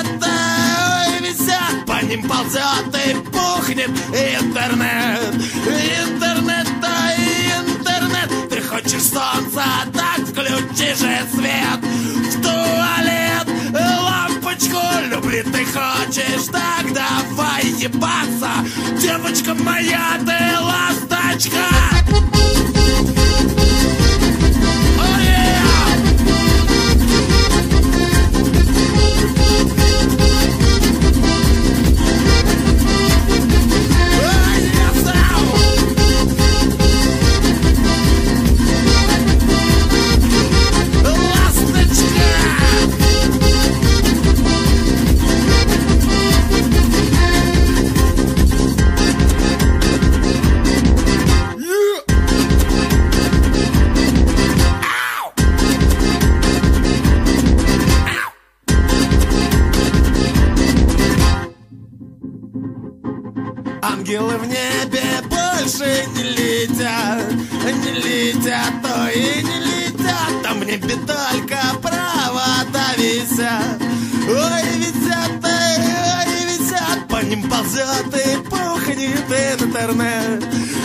висят, по ним ползет и пухнет интернет. Интернет-то интернет. Ты хочешь солнца, так включи же свет. В туалет лампочку люблю ты хочешь, так давай ебаться. Девочка моя, ты ласточка. Ангелы в небе больше не летят, ой, не летят. Там в небе только провода висят. Ой, висят, по ним ползет и пухнет интернет.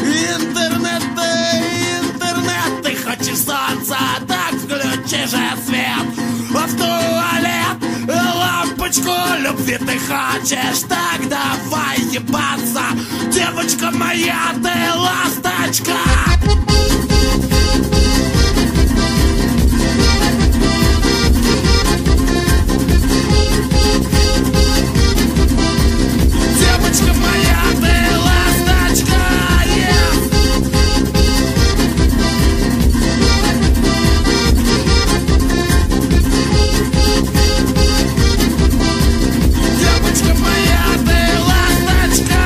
Интернет, ты хочешь солнца, так включи же свет. А в туалет лампочку любви ты хочешь, так давай ебаться. Девочка моя, ты ласточка. Девочка моя, ты ласточка. Девочка моя, ты ласточка.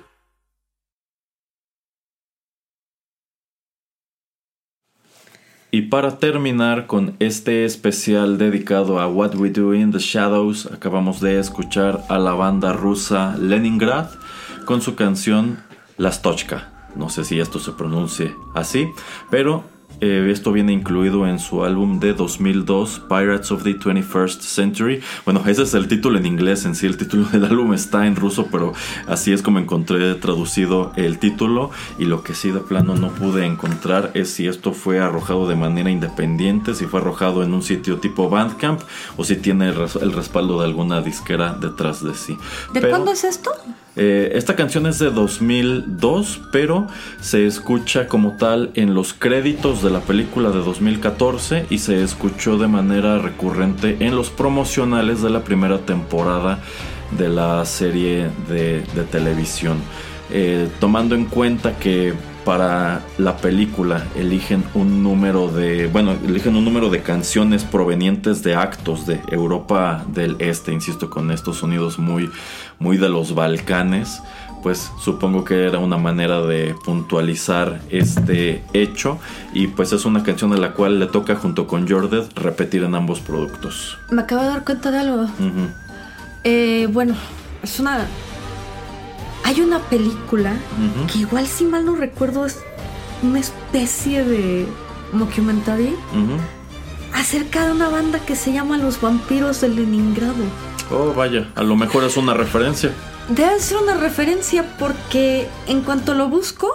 Y para terminar con este especial dedicado a What We Do in the Shadows, acabamos de escuchar a la banda rusa Leningrad con su canción Lastochka. No sé si esto se pronuncie así, pero esto viene incluido en su álbum de 2002, Pirates of the 21st Century. Bueno, ese es el título en inglés en sí, el título del álbum está en ruso, pero así es como encontré traducido el título. Y lo que sí de plano no pude encontrar es si esto fue arrojado de manera independiente, si fue arrojado en un sitio tipo Bandcamp o si tiene el respaldo de alguna disquera detrás de sí. ¿De cuándo es esto? Esta canción es de 2002, pero se escucha como tal en los créditos de la película de 2014 y se escuchó de manera recurrente en los promocionales de la primera temporada de la serie de televisión. Tomando en cuenta que para la película eligen un número de canciones provenientes de actos de Europa del Este, insisto, con estos sonidos muy, muy de los Balcanes, pues supongo que era una manera de puntualizar este hecho, y pues es una canción a la cual le toca junto con Jordan repetir en ambos productos. Me acabo de dar cuenta de algo. Bueno, es una... Hay una película que igual, si mal no recuerdo, es una especie de mockumentary acerca de una banda que se llama Los Vampiros de Leningrado. Oh, vaya, a lo mejor es una referencia. Debe ser una referencia porque en cuanto lo busco,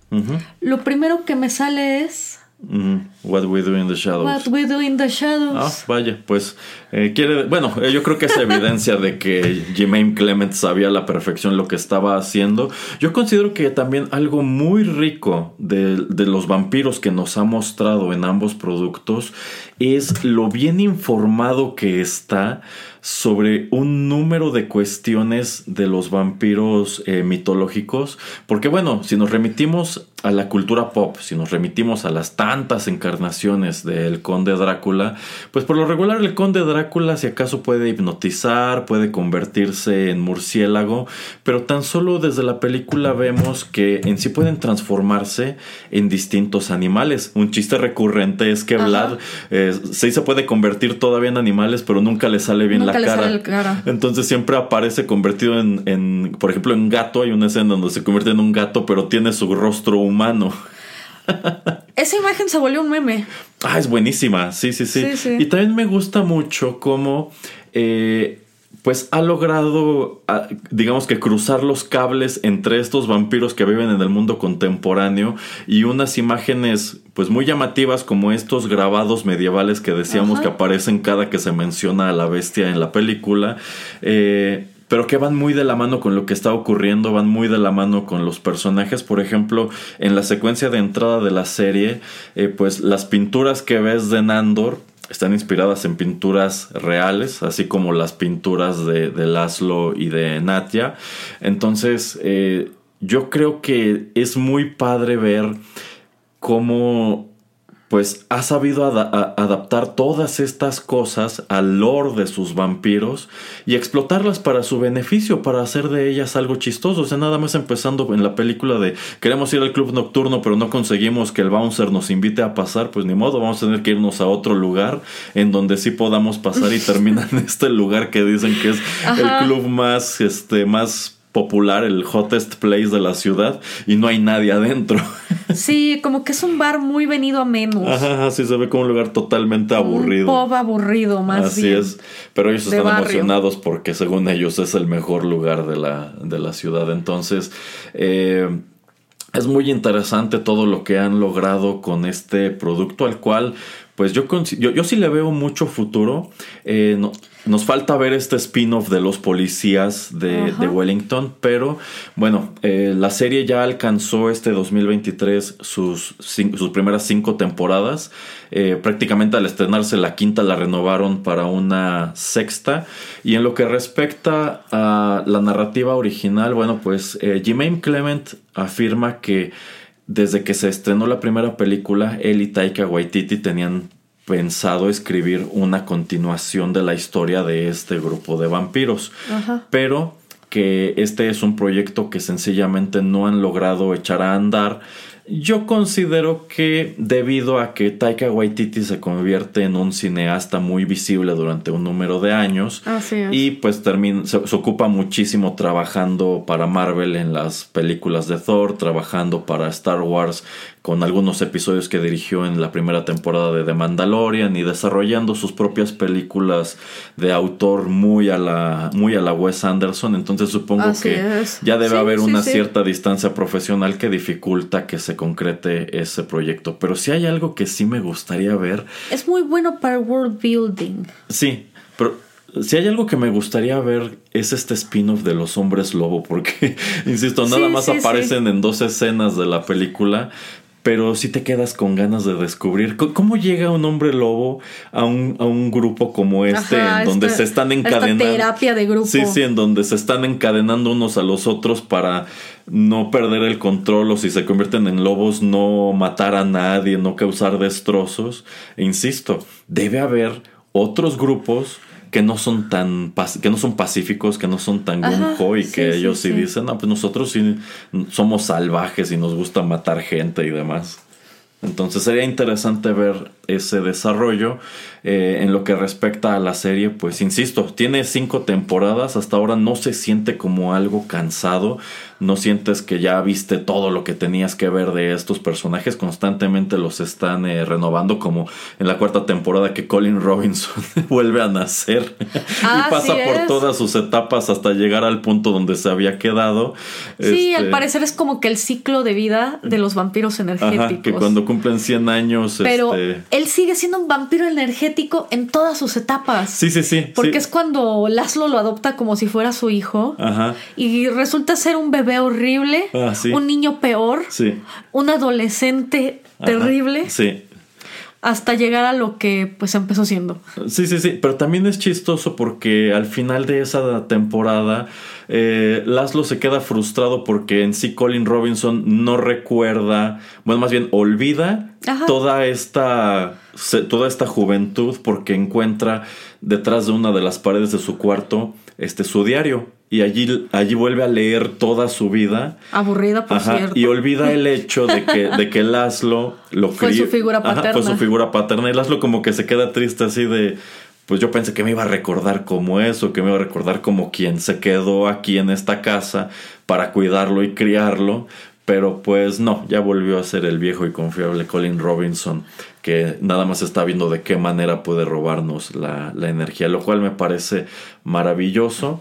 lo primero que me sale es... What We Do in the Shadows. What We Do in the Shadows. Vaya, pues yo creo que es evidencia de que Jemaine Clement sabía a la perfección lo que estaba haciendo. Yo considero que también algo muy rico de los vampiros que nos ha mostrado en ambos productos es lo bien informado que está sobre un número de cuestiones de los vampiros mitológicos. Porque bueno, si nos remitimos a la cultura pop, si nos remitimos a las tantas encarnaciones del Conde Drácula, pues por lo regular el Conde Drácula si acaso puede hipnotizar, puede convertirse en murciélago, pero tan solo desde la película vemos que en sí pueden transformarse en distintos animales. Un chiste recurrente es que Vlad sí se puede convertir todavía en animales, pero nunca le sale bien la cara. Entonces siempre aparece convertido en, por ejemplo, en gato. Hay una escena donde se convierte en un gato, pero tiene su rostro humano. Esa imagen se volvió un meme. Es buenísima. Sí. Y también me gusta mucho cómo pues ha logrado, digamos que cruzar los cables entre estos vampiros que viven en el mundo contemporáneo y unas imágenes pues muy llamativas como estos grabados medievales que decíamos que aparecen cada que se menciona a la bestia en la película, pero que van muy de la mano con lo que está ocurriendo, van muy de la mano con los personajes. Por ejemplo, en la secuencia de entrada de la serie, pues las pinturas que ves de Nandor están inspiradas en pinturas reales, así como las pinturas de Laszlo y de Natia. Entonces, yo creo que es muy padre ver cómo pues ha sabido adaptar todas estas cosas al lore de sus vampiros y explotarlas para su beneficio, para hacer de ellas algo chistoso. O sea, nada más empezando en la película de queremos ir al club nocturno pero no conseguimos que el bouncer nos invite a pasar, pues ni modo, vamos a tener que irnos a otro lugar en donde sí podamos pasar y terminan en este lugar que dicen que es el club más popular, el hottest place de la ciudad, y no hay nadie adentro. Sí, como que es un bar muy venido a menos. Sí, se ve como un lugar totalmente aburrido. Un pub aburrido, más bien. Así es, pero ellos están emocionados porque según ellos es el mejor lugar de la ciudad. Entonces, es muy interesante todo lo que han logrado con este producto al cual pues yo sí le veo mucho futuro. Nos falta ver este spin-off de los policías de Wellington, pero bueno, la serie ya alcanzó este 2023 sus primeras 5 temporadas. Prácticamente al estrenarse la quinta la renovaron para una sexta. Y en lo que respecta a la narrativa original, bueno, pues Jemaine Clement afirma que desde que se estrenó la primera película, él y Taika Waititi tenían pensado escribir una continuación de la historia de este grupo de vampiros. Pero que este es un proyecto que sencillamente no han logrado echar a andar. Yo considero que debido a que Taika Waititi se convierte en un cineasta muy visible durante un número de años y pues se ocupa muchísimo trabajando para Marvel en las películas de Thor, trabajando para Star Wars con algunos episodios que dirigió en la primera temporada de The Mandalorian y desarrollando sus propias películas de autor muy a la Wes Anderson. Entonces supongo ya debe haber una cierta distancia profesional que dificulta que se concrete ese proyecto. Pero si hay algo que sí me gustaría ver, es muy bueno para world building. Sí, pero si hay algo que me gustaría ver es este spin-off de los hombres lobo, porque insisto, nada más aparecen en 2 escenas de la película. Pero sí te quedas con ganas de descubrir cómo llega un hombre lobo a un grupo como en donde se están encadenando. Esta terapia de grupo. Sí, en donde se están encadenando unos a los otros para no perder el control, o si se convierten en lobos, no matar a nadie, no causar destrozos. E insisto, debe haber otros grupos que no son pacíficos, que no son tan gung-ho y que ellos sí dicen, no, pues nosotros sí somos salvajes y nos gusta matar gente y demás. Entonces sería interesante ver ese desarrollo. En lo que respecta a la serie, pues insisto, tiene 5 temporadas, hasta ahora no se siente como algo cansado, no sientes que ya viste todo lo que tenías que ver de estos personajes, constantemente los están renovando, como en la 4ª temporada que Colin Robinson vuelve a nacer y pasa por todas sus etapas hasta llegar al punto donde se había quedado. Sí, al parecer es como que el ciclo de vida de los vampiros energéticos. Ajá, que cuando cumplen 100 años... Pero él sigue siendo un vampiro energético en todas sus etapas. Sí. Porque es cuando Laszlo lo adopta como si fuera su hijo. Ajá. Y resulta ser un bebé horrible, un niño peor, un adolescente terrible. Sí. Hasta llegar a lo que pues empezó siendo. Sí, pero también es chistoso porque al final de esa temporada Laszlo se queda frustrado porque en sí Colin Robinson no recuerda, bueno, más bien olvida toda esta juventud, porque encuentra detrás de una de las paredes de su cuarto su diario. Y allí vuelve a leer toda su vida. Aburrida, por cierto. Y olvida el hecho de que Laszlo lo crió. Fue su figura paterna. Fue su figura paterna. Y Laszlo como que se queda triste así de... Pues yo pensé que me iba a recordar como eso, que me iba a recordar como quien se quedó aquí en esta casa para cuidarlo y criarlo. Pero pues no, ya volvió a ser el viejo y confiable Colin Robinson, que nada más está viendo de qué manera puede robarnos la energía, lo cual me parece maravilloso.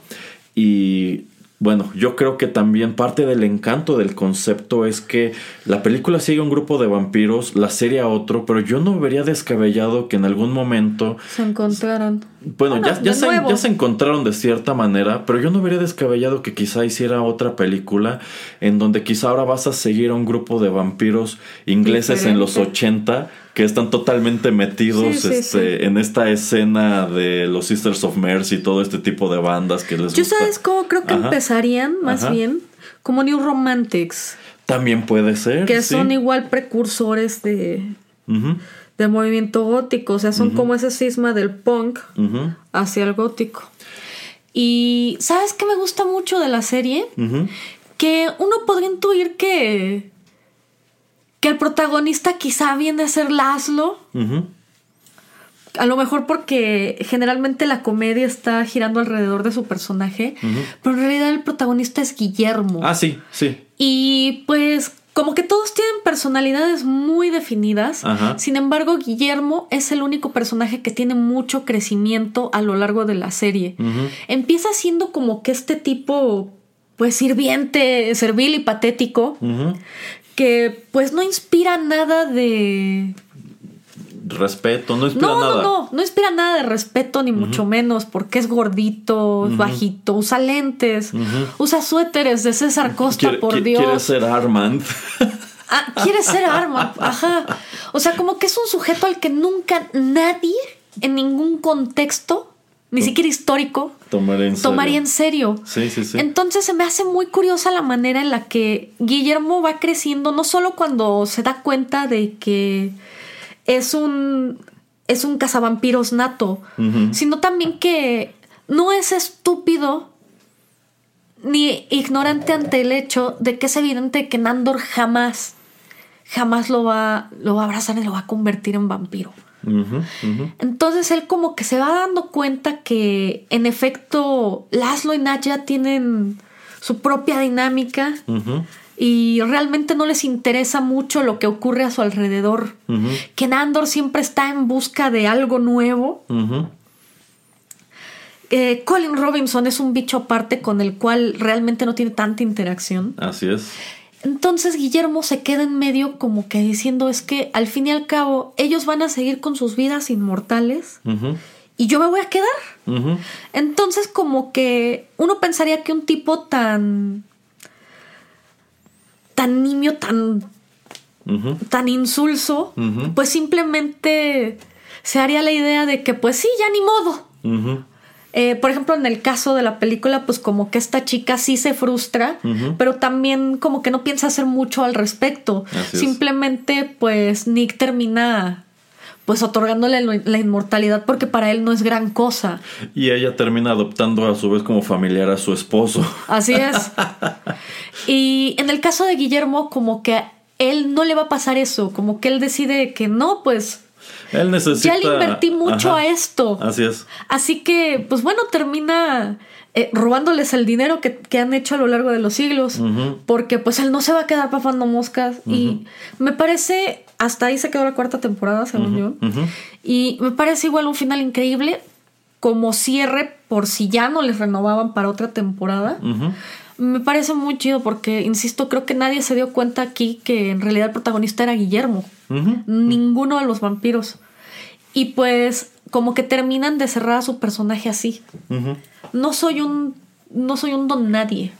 Y bueno, yo creo que también parte del encanto del concepto es que la película sigue a un grupo de vampiros, la serie a otro, pero yo no vería descabellado que en algún momento se encontraran. Bueno, ya se encontraron de cierta manera, pero yo no vería descabellado que quizá hiciera otra película en donde quizá ahora vas a seguir a un grupo de vampiros ingleses en los 80 que están totalmente metidos en esta escena de los Sisters of Mercy y todo este tipo de bandas que les gusta. ¿Yo sabes cómo creo que empezarían más bien? Como New Romantics. También puede ser. Que son igual precursores del movimiento gótico. O sea, son como ese cisma del punk hacia el gótico. Y ¿sabes qué me gusta mucho de la serie? Que uno podría intuir que el protagonista quizá viene a ser Laszlo. A lo mejor porque generalmente la comedia está girando alrededor de su personaje, pero en realidad el protagonista es Guillermo. Ah, sí. Y pues como que todos tienen personalidades muy definidas. Sin embargo, Guillermo es el único personaje que tiene mucho crecimiento a lo largo de la serie. Empieza siendo como que este tipo, pues, sirviente, servil y patético, que pues no inspira nada de respeto, no inspira nada. No inspira nada de respeto, ni mucho menos, porque es gordito, bajito, usa lentes, usa suéteres de César Costa, por Dios. Quiere ser Armand. Quiere ser Armand, O sea, como que es un sujeto al que nunca nadie, en ningún contexto, ni siquiera histórico, tomaría en serio. Sí. Entonces se me hace muy curiosa la manera en la que Guillermo va creciendo, no solo cuando se da cuenta de que es un cazavampiros nato, sino también que no es estúpido ni ignorante ante el hecho de que es evidente que Nandor jamás lo va a abrazar y lo va a convertir en vampiro. Entonces él como que se va dando cuenta que en efecto Laszlo y Nadja tienen su propia dinámica y realmente no les interesa mucho lo que ocurre a su alrededor, que Nandor siempre está en busca de algo nuevo. Colin Robinson es un bicho aparte con el cual realmente no tiene tanta interacción. Así es. Entonces Guillermo se queda en medio como que diciendo, es que al fin y al cabo ellos van a seguir con sus vidas inmortales y yo me voy a quedar. Entonces como que uno pensaría que un tipo tan nimio, tan insulso, pues simplemente se haría la idea de que pues sí, ya ni modo. Por ejemplo, en el caso de la película, pues como que esta chica sí se frustra, pero también como que no piensa hacer mucho al respecto. Simplemente, pues Nick termina pues otorgándole la inmortalidad porque para él no es gran cosa. Y ella termina adoptando a su vez como familiar a su esposo. Así es. Y en el caso de Guillermo, como que a él no le va a pasar eso, como que él decide que no, pues Él necesita... Ya le invertí mucho a esto. Así es. Así que, pues bueno, termina robándoles el dinero que han hecho a lo largo de los siglos. Porque pues él no se va a quedar papando moscas. Y me parece... Hasta ahí se quedó la 4ª temporada, según yo. Y me parece igual un final increíble. Como cierre, por si ya no les renovaban para otra temporada. Me parece muy chido porque, insisto, creo que nadie se dio cuenta aquí que en realidad el protagonista era Guillermo. Ninguno de los vampiros. Y pues como que terminan de cerrar a su personaje así. No soy un don nadie.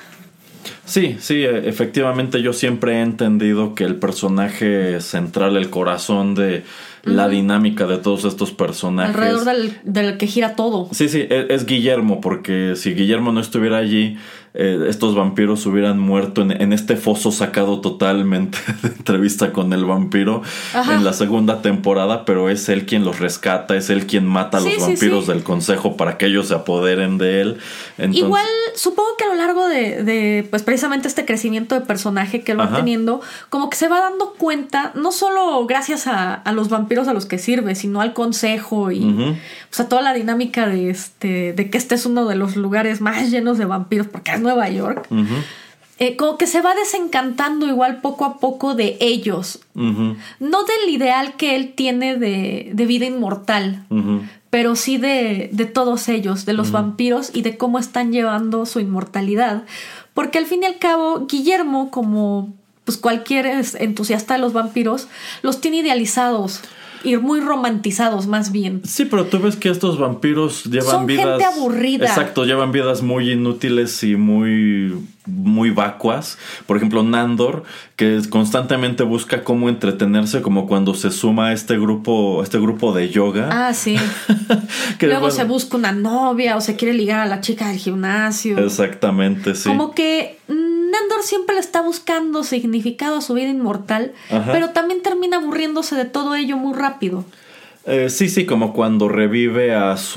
Sí, efectivamente yo siempre he entendido que el personaje central, el corazón de la dinámica de todos estos personajes... Alrededor del que gira todo. Sí, es Guillermo, porque si Guillermo no estuviera allí, estos vampiros hubieran muerto en este foso sacado totalmente de Entrevista con el Vampiro en la 2ª temporada, pero es él quien los rescata, es él quien mata a los vampiros del consejo para que ellos se apoderen de él. Entonces, igual, supongo que a lo largo de pues precisamente este crecimiento de personaje que lo va teniendo, como que se va dando cuenta, no solo gracias a los vampiros a los que sirve, sino al consejo y pues a toda la dinámica de que este es uno de los lugares más llenos de vampiros, porque es Nueva York. Como que se va desencantando igual poco a poco de ellos. No del ideal que él tiene de vida inmortal, pero sí de todos ellos, de los vampiros y de cómo están llevando su inmortalidad. Porque al fin y al cabo, Guillermo, como pues cualquier entusiasta de los vampiros, los tiene idealizados y muy romantizados más bien. Sí, pero tú ves que estos vampiros llevan vidas... Son gente aburrida. Exacto, llevan vidas muy inútiles y muy vacuas. Por ejemplo, Nandor, que constantemente busca cómo entretenerse, como cuando se suma a este grupo de yoga. Ah, sí. Luego se busca una novia o se quiere ligar a la chica del gimnasio. Exactamente, sí. Como que Nandor siempre le está buscando significado a su vida inmortal, pero también termina aburriéndose de todo ello muy rápido. Sí, como cuando revive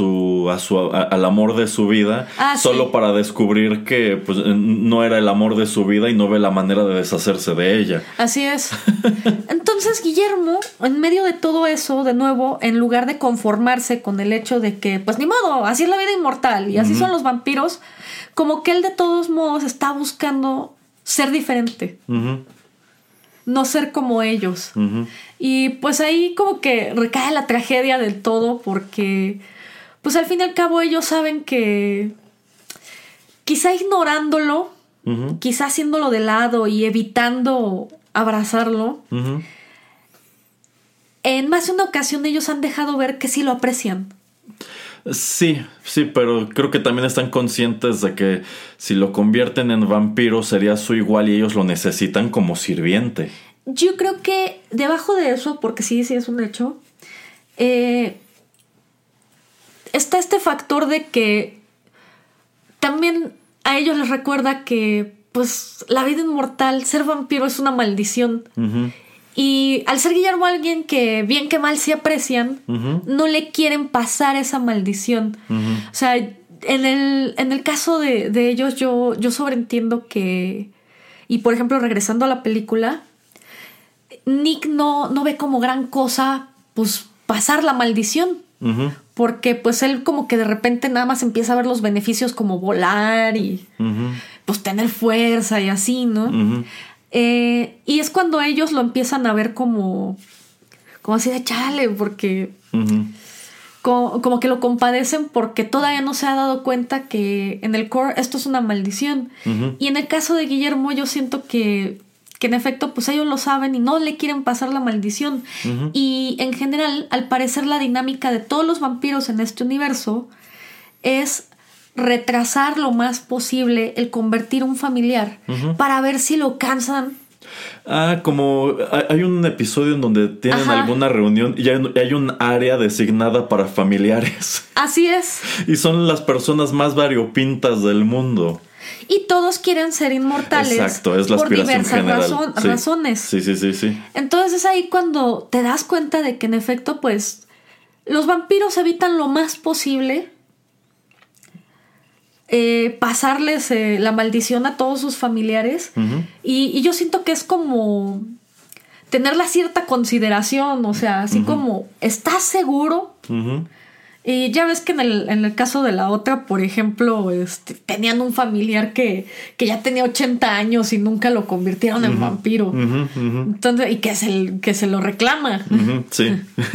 al amor de su vida, solo para descubrir que pues, no era el amor de su vida y no ve la manera de deshacerse de ella. Así es. Entonces Guillermo, en medio de todo eso, de nuevo, en lugar de conformarse con el hecho de que, pues ni modo, así es la vida inmortal y así son los vampiros, como que él de todos modos está buscando ser diferente. No ser como ellos. Y pues ahí como que recae la tragedia del todo, porque pues al fin y al cabo ellos saben que quizá ignorándolo, quizá haciéndolo de lado y evitando abrazarlo, en más de una ocasión ellos han dejado ver que sí lo aprecian. Sí, pero creo que también están conscientes de que si lo convierten en vampiro sería su igual y ellos lo necesitan como sirviente. Yo creo que debajo de eso, porque sí es un hecho, está este factor de que también a ellos les recuerda que pues la vida inmortal, ser vampiro es una maldición. Y al ser Guillermo alguien que bien que mal sí aprecian, no le quieren pasar esa maldición. O sea, en el caso de ellos yo sobreentiendo que... Y por ejemplo, regresando a la película, Nick no ve como gran cosa pues pasar la maldición. Porque pues él como que de repente nada más empieza a ver los beneficios como volar y pues tener fuerza y así, ¿no? Y es cuando ellos lo empiezan a ver como así de chale, porque como que lo compadecen porque todavía no se ha dado cuenta que en el core esto es una maldición. Y en el caso de Guillermo yo siento que en efecto pues ellos lo saben y no le quieren pasar la maldición. Y en general, al parecer, la dinámica de todos los vampiros en este universo es retrasar lo más posible el convertir un familiar para ver si lo cansan. Como hay un episodio en donde tienen alguna reunión y hay un área designada para familiares. Así es. Y son las personas más variopintas del mundo. Y todos quieren ser inmortales. Exacto, es la aspiración general. Por diversas razones. Sí. Entonces es ahí cuando te das cuenta de que en efecto, pues, los vampiros evitan lo más posible pasarles la maldición a todos sus familiares. Y yo siento que es como tenerla cierta consideración, o sea, así como, ¿estás seguro? Y ya ves que en el caso de la otra, por ejemplo, tenían un familiar que ya tenía 80 años y nunca lo convirtieron en vampiro. Entonces, y que se lo reclama. Sí.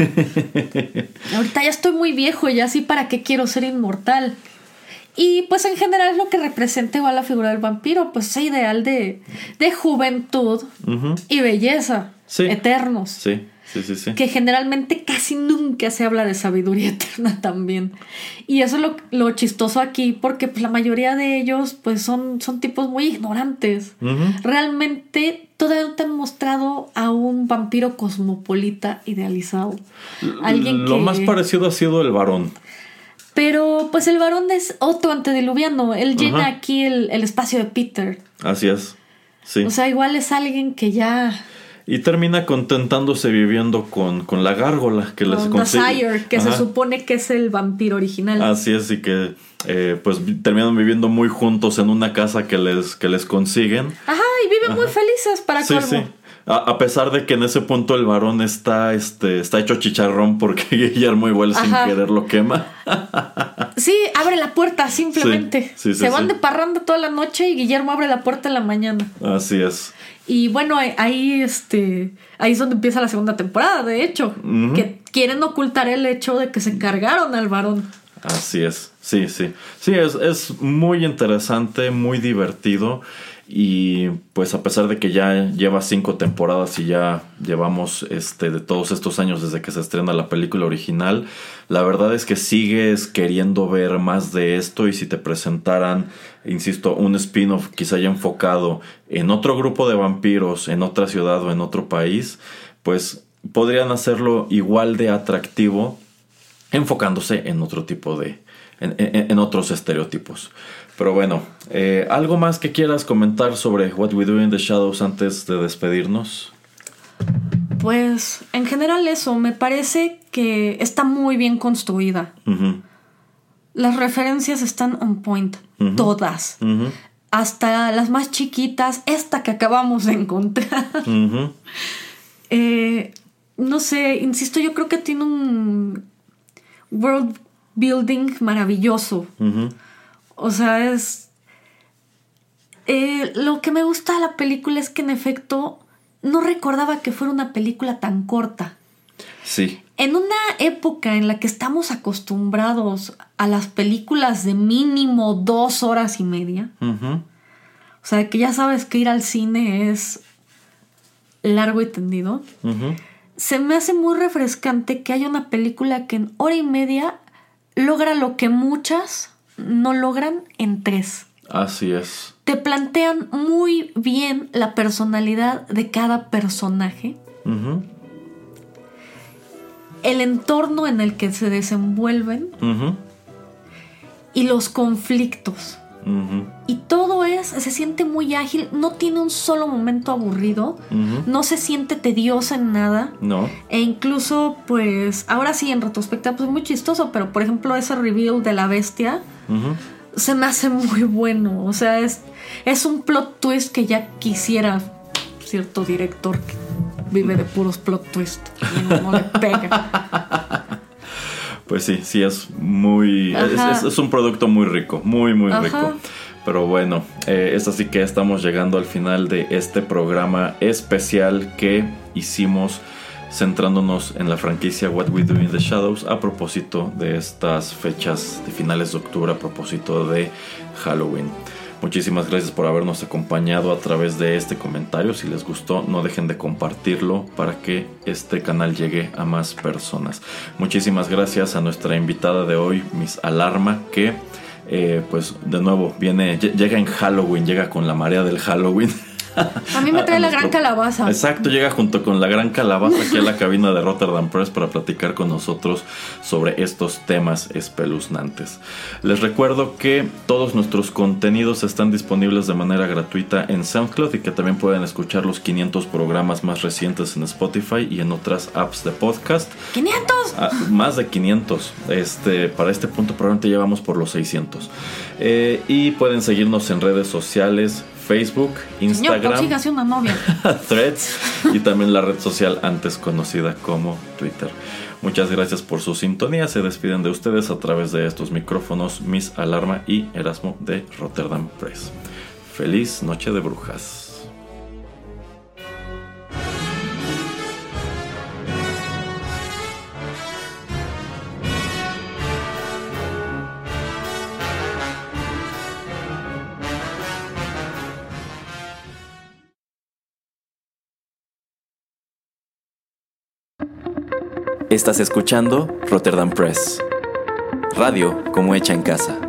Ahorita ya estoy muy viejo, ya sí, ¿para qué quiero ser inmortal? Y pues en general es lo que representa igual la figura del vampiro, pues ese ideal de juventud y belleza, eternos. Sí. Que generalmente casi nunca se habla de sabiduría eterna también. Y eso es lo chistoso aquí, porque pues, la mayoría de ellos pues son tipos muy ignorantes. Realmente todavía no te han mostrado a un vampiro cosmopolita idealizado. Lo más parecido ha sido el varón. Pero pues el varón es otro antediluviano. Él llena aquí el espacio de Peter. Así es, sí. O sea, igual es alguien que ya... Y termina contentándose viviendo con la gárgola que les consigue. Sire, que se supone que es el vampiro original. Así es, y que pues terminan viviendo muy juntos en una casa que les consiguen. Ajá, y viven muy felices para colmo. Sí. A pesar de que en ese punto el varón está hecho chicharrón porque Guillermo igual sin querer lo quema. Sí, abre la puerta simplemente. Se van de parranda toda la noche y Guillermo abre la puerta en la mañana. Así es. Y bueno, ahí es donde empieza la segunda temporada, de hecho. Que quieren ocultar el hecho de que se cargaron al varón. Así es, sí. Sí, es muy interesante, muy divertido. Y pues a pesar de que ya lleva 5 temporadas y ya llevamos de todos estos años desde que se estrena la película original, la verdad es que sigues queriendo ver más de esto. Y si te presentaran, insisto, un spin-off quizá ya enfocado en otro grupo de vampiros, en otra ciudad o en otro país, pues podrían hacerlo igual de atractivo, enfocándose en otro tipo en otros estereotipos. Pero bueno, ¿algo más que quieras comentar sobre What We Do in the Shadows antes de despedirnos? Pues en general eso, me parece que está muy bien construida. Las referencias están on point, todas. Hasta las más chiquitas, esta que acabamos de encontrar. No sé, insisto, yo creo que tiene un world building maravilloso. O sea, lo que me gusta de la película es que en efecto no recordaba que fuera una película tan corta. Sí. En una época en la que estamos acostumbrados a las películas de mínimo 2 horas y media. O sea, que ya sabes que ir al cine es largo y tendido. Se me hace muy refrescante que haya una película que en hora y media logra lo que muchas no logran en 3. Así es. Te plantean muy bien la personalidad de cada personaje. El entorno en el que se desenvuelven. Y los conflictos. Y todo se siente muy ágil. No tiene un solo momento aburrido. No se siente tediosa en nada. No. E incluso, pues, ahora sí, en retrospectiva, pues muy chistoso. Pero, por ejemplo, ese reveal de la bestia se me hace muy bueno. O sea, es un plot twist que ya quisiera cierto director que vive de puros plot twist y no le pega. Pues sí, es muy... Es un producto muy rico, muy rico. Pero bueno, es así que estamos llegando al final de este programa especial que hicimos centrándonos en la franquicia What We Do in the Shadows a propósito de estas fechas de finales de octubre, a propósito de Halloween. Muchísimas gracias por habernos acompañado a través de este comentario. Si les gustó, no dejen de compartirlo para que este canal llegue a más personas. Muchísimas gracias a nuestra invitada de hoy, Miss Alarma, que pues de nuevo llega en Halloween, llega con la marea del Halloween. A mí me trae la gran calabaza. Exacto, llega junto con la gran calabaza aquí a la cabina de Rotterdam Press para platicar con nosotros sobre estos temas espeluznantes. Les recuerdo que todos nuestros contenidos están disponibles de manera gratuita en SoundCloud y que también pueden escuchar los 500 programas más recientes en Spotify y en otras apps de podcast. ¡500! Más de 500. Para este punto probablemente llevamos por los 600. Y pueden seguirnos en redes sociales, Facebook, Instagram, señor, consígase una novia. Threads y también la red social antes conocida como Twitter. Muchas gracias por su sintonía. Se despiden de ustedes a través de estos micrófonos Miss Alarma y Erasmo de Rotterdam Press. Feliz Noche de Brujas. Estás escuchando Rotterdam Press. Radio como hecha en casa.